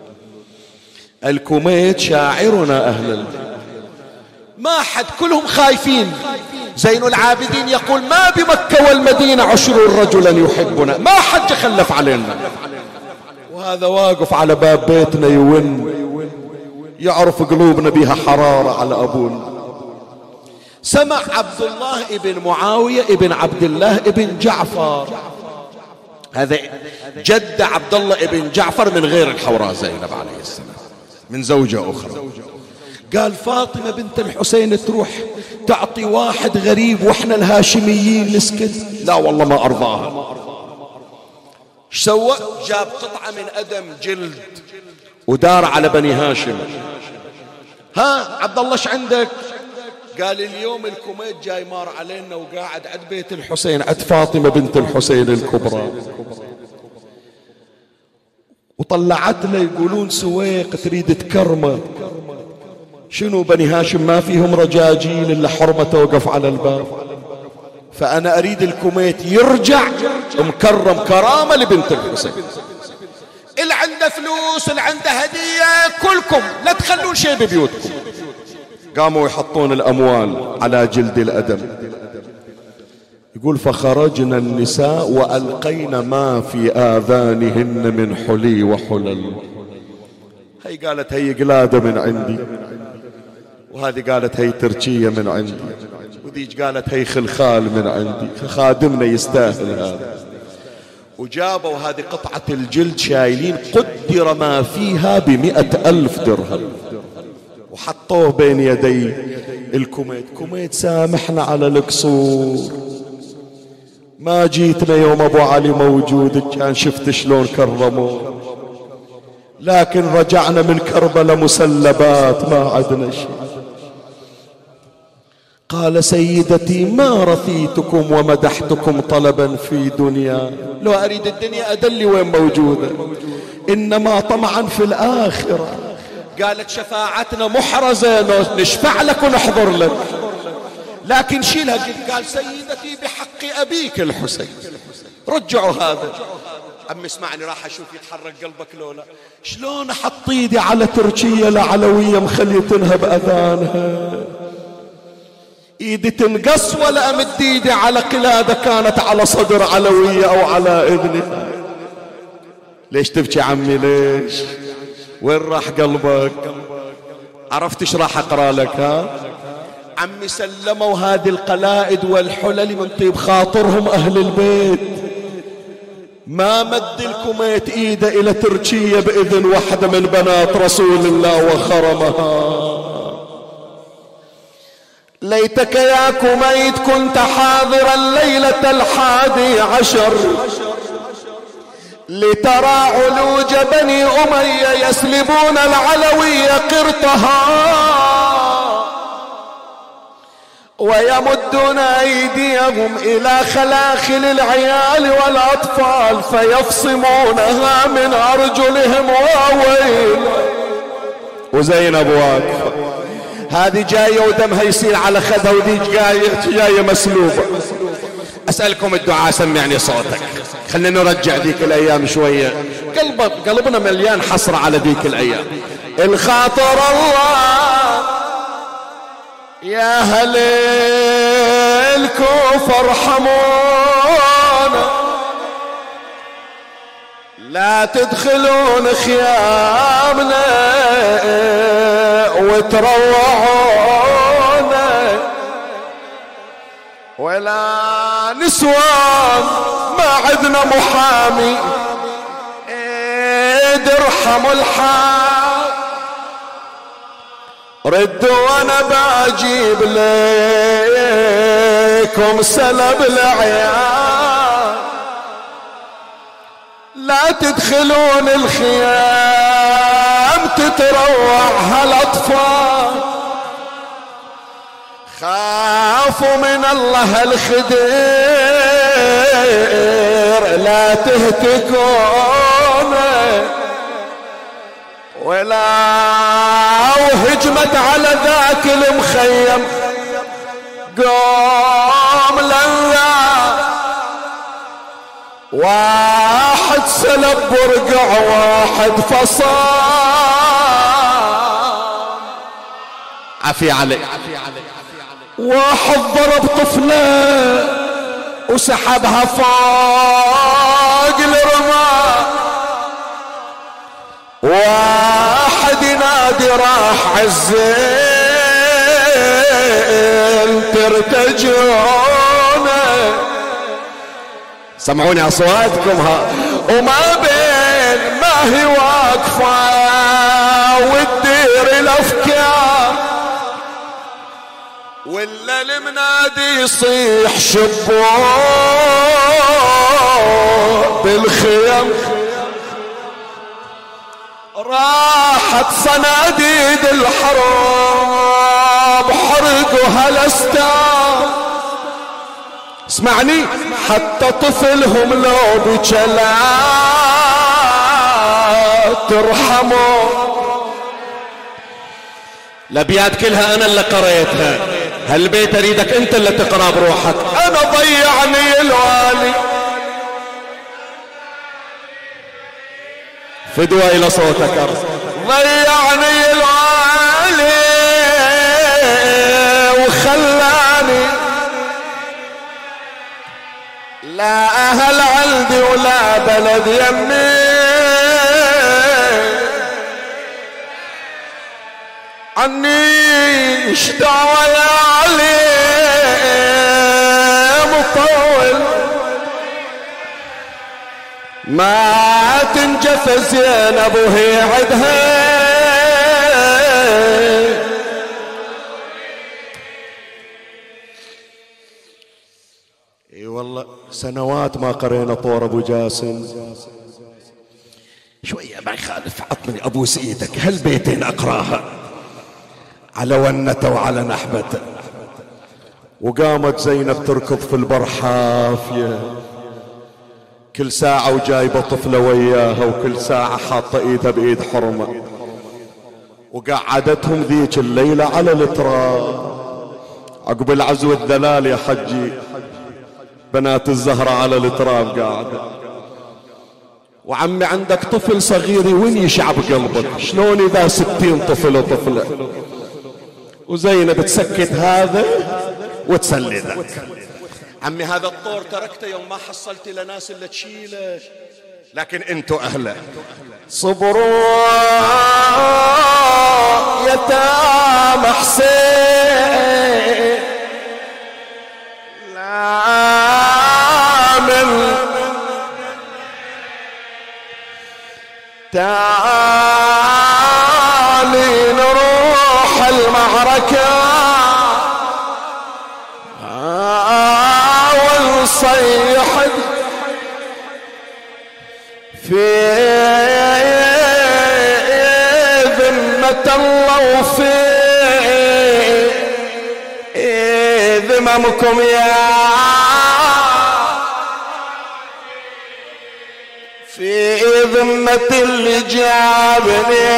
الكوميت شاعرنا أهل البيت. ما حد، كلهم خايفين. زين العابدين يقول ما بمكة والمدينة 20 رجلا يحبنا، ما حد خلف علينا. وهذا واقف على باب بيتنا يون، يعرف قلوبنا بها حرارة على أبونا. سمع عبد الله ابن معاوية ابن عبد الله ابن جعفر، هذا جد عبد الله ابن جعفر من غير الحوراء زينب عليه السلام، من زوجة أخرى. قال فاطمة بنت الحسين تروح تعطي واحد غريب واحنا الهاشميين نسكت؟ لا والله ما أرضاها. ايش سوى؟ جاب قطعة من أدم جلد ودار على بني هاشم. ها عبد الله ايش عندك؟ قال اليوم الكوميت جاي مار علينا وقاعد عند بيت الحسين، عند فاطمة بنت الحسين الكبرى، وطلعتنا يقولون سويق تريد تكرمه. شنو بني هاشم ما فيهم رجاجيل إلا حرمة توقف على الباب، فأنا أريد الكوميت يرجع مكرم كرامة لبنت الحسين. اللي عنده فلوس، اللي عنده هدية، كلكم لا تخلون شيء ببيوتكم. قاموا يحطون الأموال على جلد الأدم. يقول فخرجنا النساء وألقينا ما في آذانهن من حلي وحلل. هي قالت هي قلادة من عندي، وهذه قالت هي تركية من عندي، وذيك قالت هي خلخال من عندي، خادمنا يستاهل هذا. وجابوا هذه قطعة الجلد شايلين قدر ما فيها ب100,000 درهم، وحطوه بين يدي الكوميت. كوميت سامحنا على القصور، ما جيتنا يوم ابو علي موجود كان شفت شلون كرموه، لكن رجعنا من كربلاء مسلبات ما عدنا شيء. قال سيدتي ما رثيتكم ومدحتكم طلبا في دنيا، لو أريد الدنيا أدلي وين موجودة، إنما طمعا في الآخرة. قالت شفاعتنا محرزة، نشفع لك ونحضر لك، لكن شيلها. قال سيدتي بحق أبيك الحسين. رجعوا هذا. عمي اسمعني راح أشوف يتحرك قلبك لولا. شلون أحط ايدي على تركية لعلوية مخليتنها بأذانها، ايدي تنقص ولا امد ايدي على قلادة كانت على صدر علوية او على اذنها؟ ليش تبكي عمي ليش؟ وين راح قلبك؟ عرفت ايش راح اقرا لك؟ ها عمي سلموا هذه القلائد والحلل من طيب خاطرهم اهل البيت، ما مد الكوميت ايده الى تركية باذن واحدة من بنات رسول الله وخرمها. ليتك يا كوميت كنت حاضرا ليلة 11 لترى علوج بني أمية يسلبون العلوية قرطها ويمدون أيديهم إلى خلاخل العيال والأطفال فيفصمونها من أرجلهم وويل. وزينب واقفة، هذه جاية ودمها يسيل على خدها، وديك جاية مسلوبة. أسألكم الدعاء سمعني صوتك، خلينا نرجع ذيك الأيام شوية. قلبنا مليان حسرة على ذيك الأيام. الخاطر الله يا أهل الكوفة ارحمونا، لا تدخلون خيامنا وتروعونا، ولا نسوان ما عدنا محامي ارحموا الحال. ردوا وانا بجيب ليكم سلب العيال، لا تدخلون الخيام تتروع هالاطفال، خافوا من الله الخدير لا تهتكون، ولا وهجمت على ذاك المخيم قوم لله، واحد سلب برقع واحد فصام، عفي عليك، واحد ضرب طفله وسحبها فوق الرمال، واحد ينادي راح عزين ترتجونه، سمعوني اصواتكم ها، وما بين ما هي واقفه وتدير الافكار، ولا المنادي يصيح شبوك بالخيم، راحت صناديد الحرب حرقوا هالاستار، اسمعني حتى طفلهم لو بجلا ترحموا. الابيات كلها انا اللي قريتها، هالبيت اريدك انت اللي تقرا بروحك. انا ضيعني الوالي، فدوى الى صوتك، ضيعني الوالي وخلاني لا اهل عندي ولا بلد يمي، عني اشتوى يا علي مطول، ما تنجف زينب وهي عدها، اي والله سنوات ما قرينا طور ابو جاسم، شويه ما يخالف، عطني ابوس ايدك هالبيتين اقراها على ونته وعلى نحبته. وقامت زينب تركض في البر حافيه، كل ساعة وجايبة طفلة وياها، وكل ساعة حاطة ايدها بايد حرمة، وقعدتهم ذيك الليلة على التراب عقب العزو الذلال يا حجي، بنات الزهرة على التراب قاعدة، وعمي عندك طفل صغير وين يشعب قلبك، شلون اذا 60 طفل وطفلة، وزينب تسكت هذا وتسلي ذاك. عمي هذا الطور تركته يوم ما حصلت لناس اللي تشيله، لكن انتو اهله صبروا يتام حسين، لا من تعالي نروح المعركة ونصيح في ذمة الله وفي ذممكم يا في ذمة اللي جابني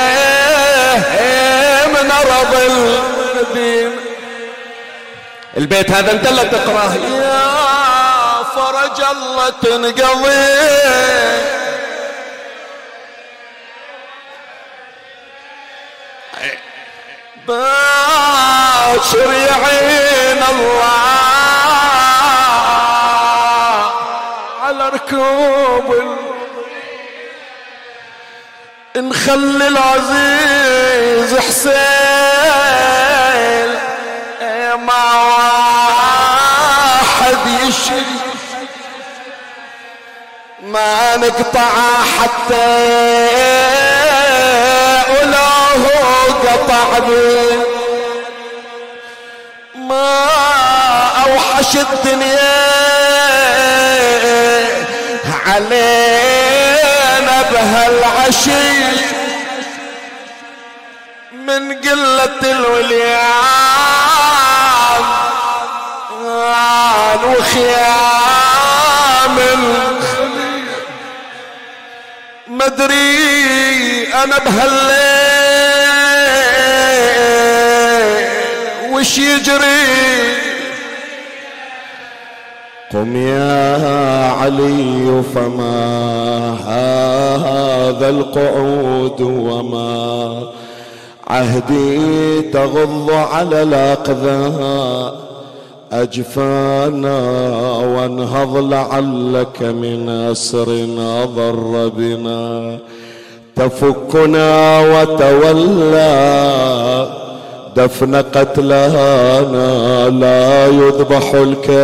من أرض المدينة. البيت هذا انت اللي تقراه، يا فرج الله تنقضي باشر يعين الله على ركوب، نخلي العزيز حسين مع واحد يشري، ما نقطع حتى ولو هو قطع بي الدنيا علينا بهالعشي من قلة الوليان وخيام مدري أنا بهالليل وش يجري. قم يا علي فما هذا القعود وما عهدي تغض على الأقذى أجفانا وانهض لعلك من أسر أضر بنا تفكنا وتولى دفن قتلانا لا يذبح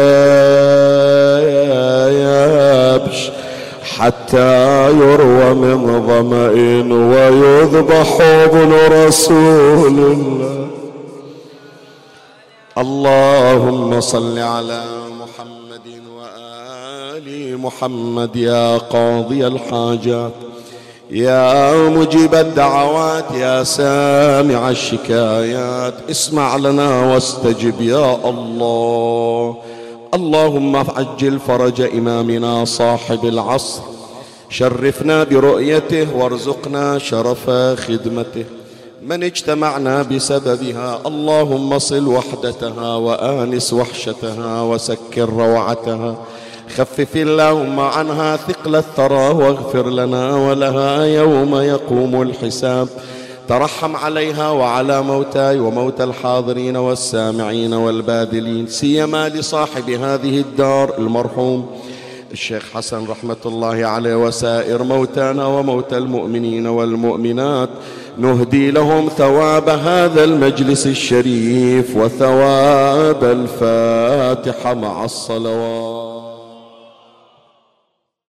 الكبش حتى يروى من ظمأ ويذبح ابن رسول الله. اللهم صل على محمد وآل محمد يا قاضي الحاجات يا مجيب الدعوات يا سامع الشكايات اسمع لنا واستجب يا الله. اللهم عجل فرج إمامنا صاحب العصر شرفنا برؤيته وارزقنا شرف خدمته من اجتمعنا بسببها. اللهم صل وحدتها وآنس وحشتها وسكر روعتها خفف اللهم عنها ثقل الثرى واغفر لنا ولها يوم يقوم الحساب. ترحم عليها وعلى موتاي وموتى الحاضرين والسامعين والباذلين سيما لصاحب هذه الدار المرحوم الشيخ حسن رحمة الله عليه وسائر موتانا وموتى المؤمنين والمؤمنات. نهدي لهم ثواب هذا المجلس الشريف وثواب الفاتحة مع الصلوات.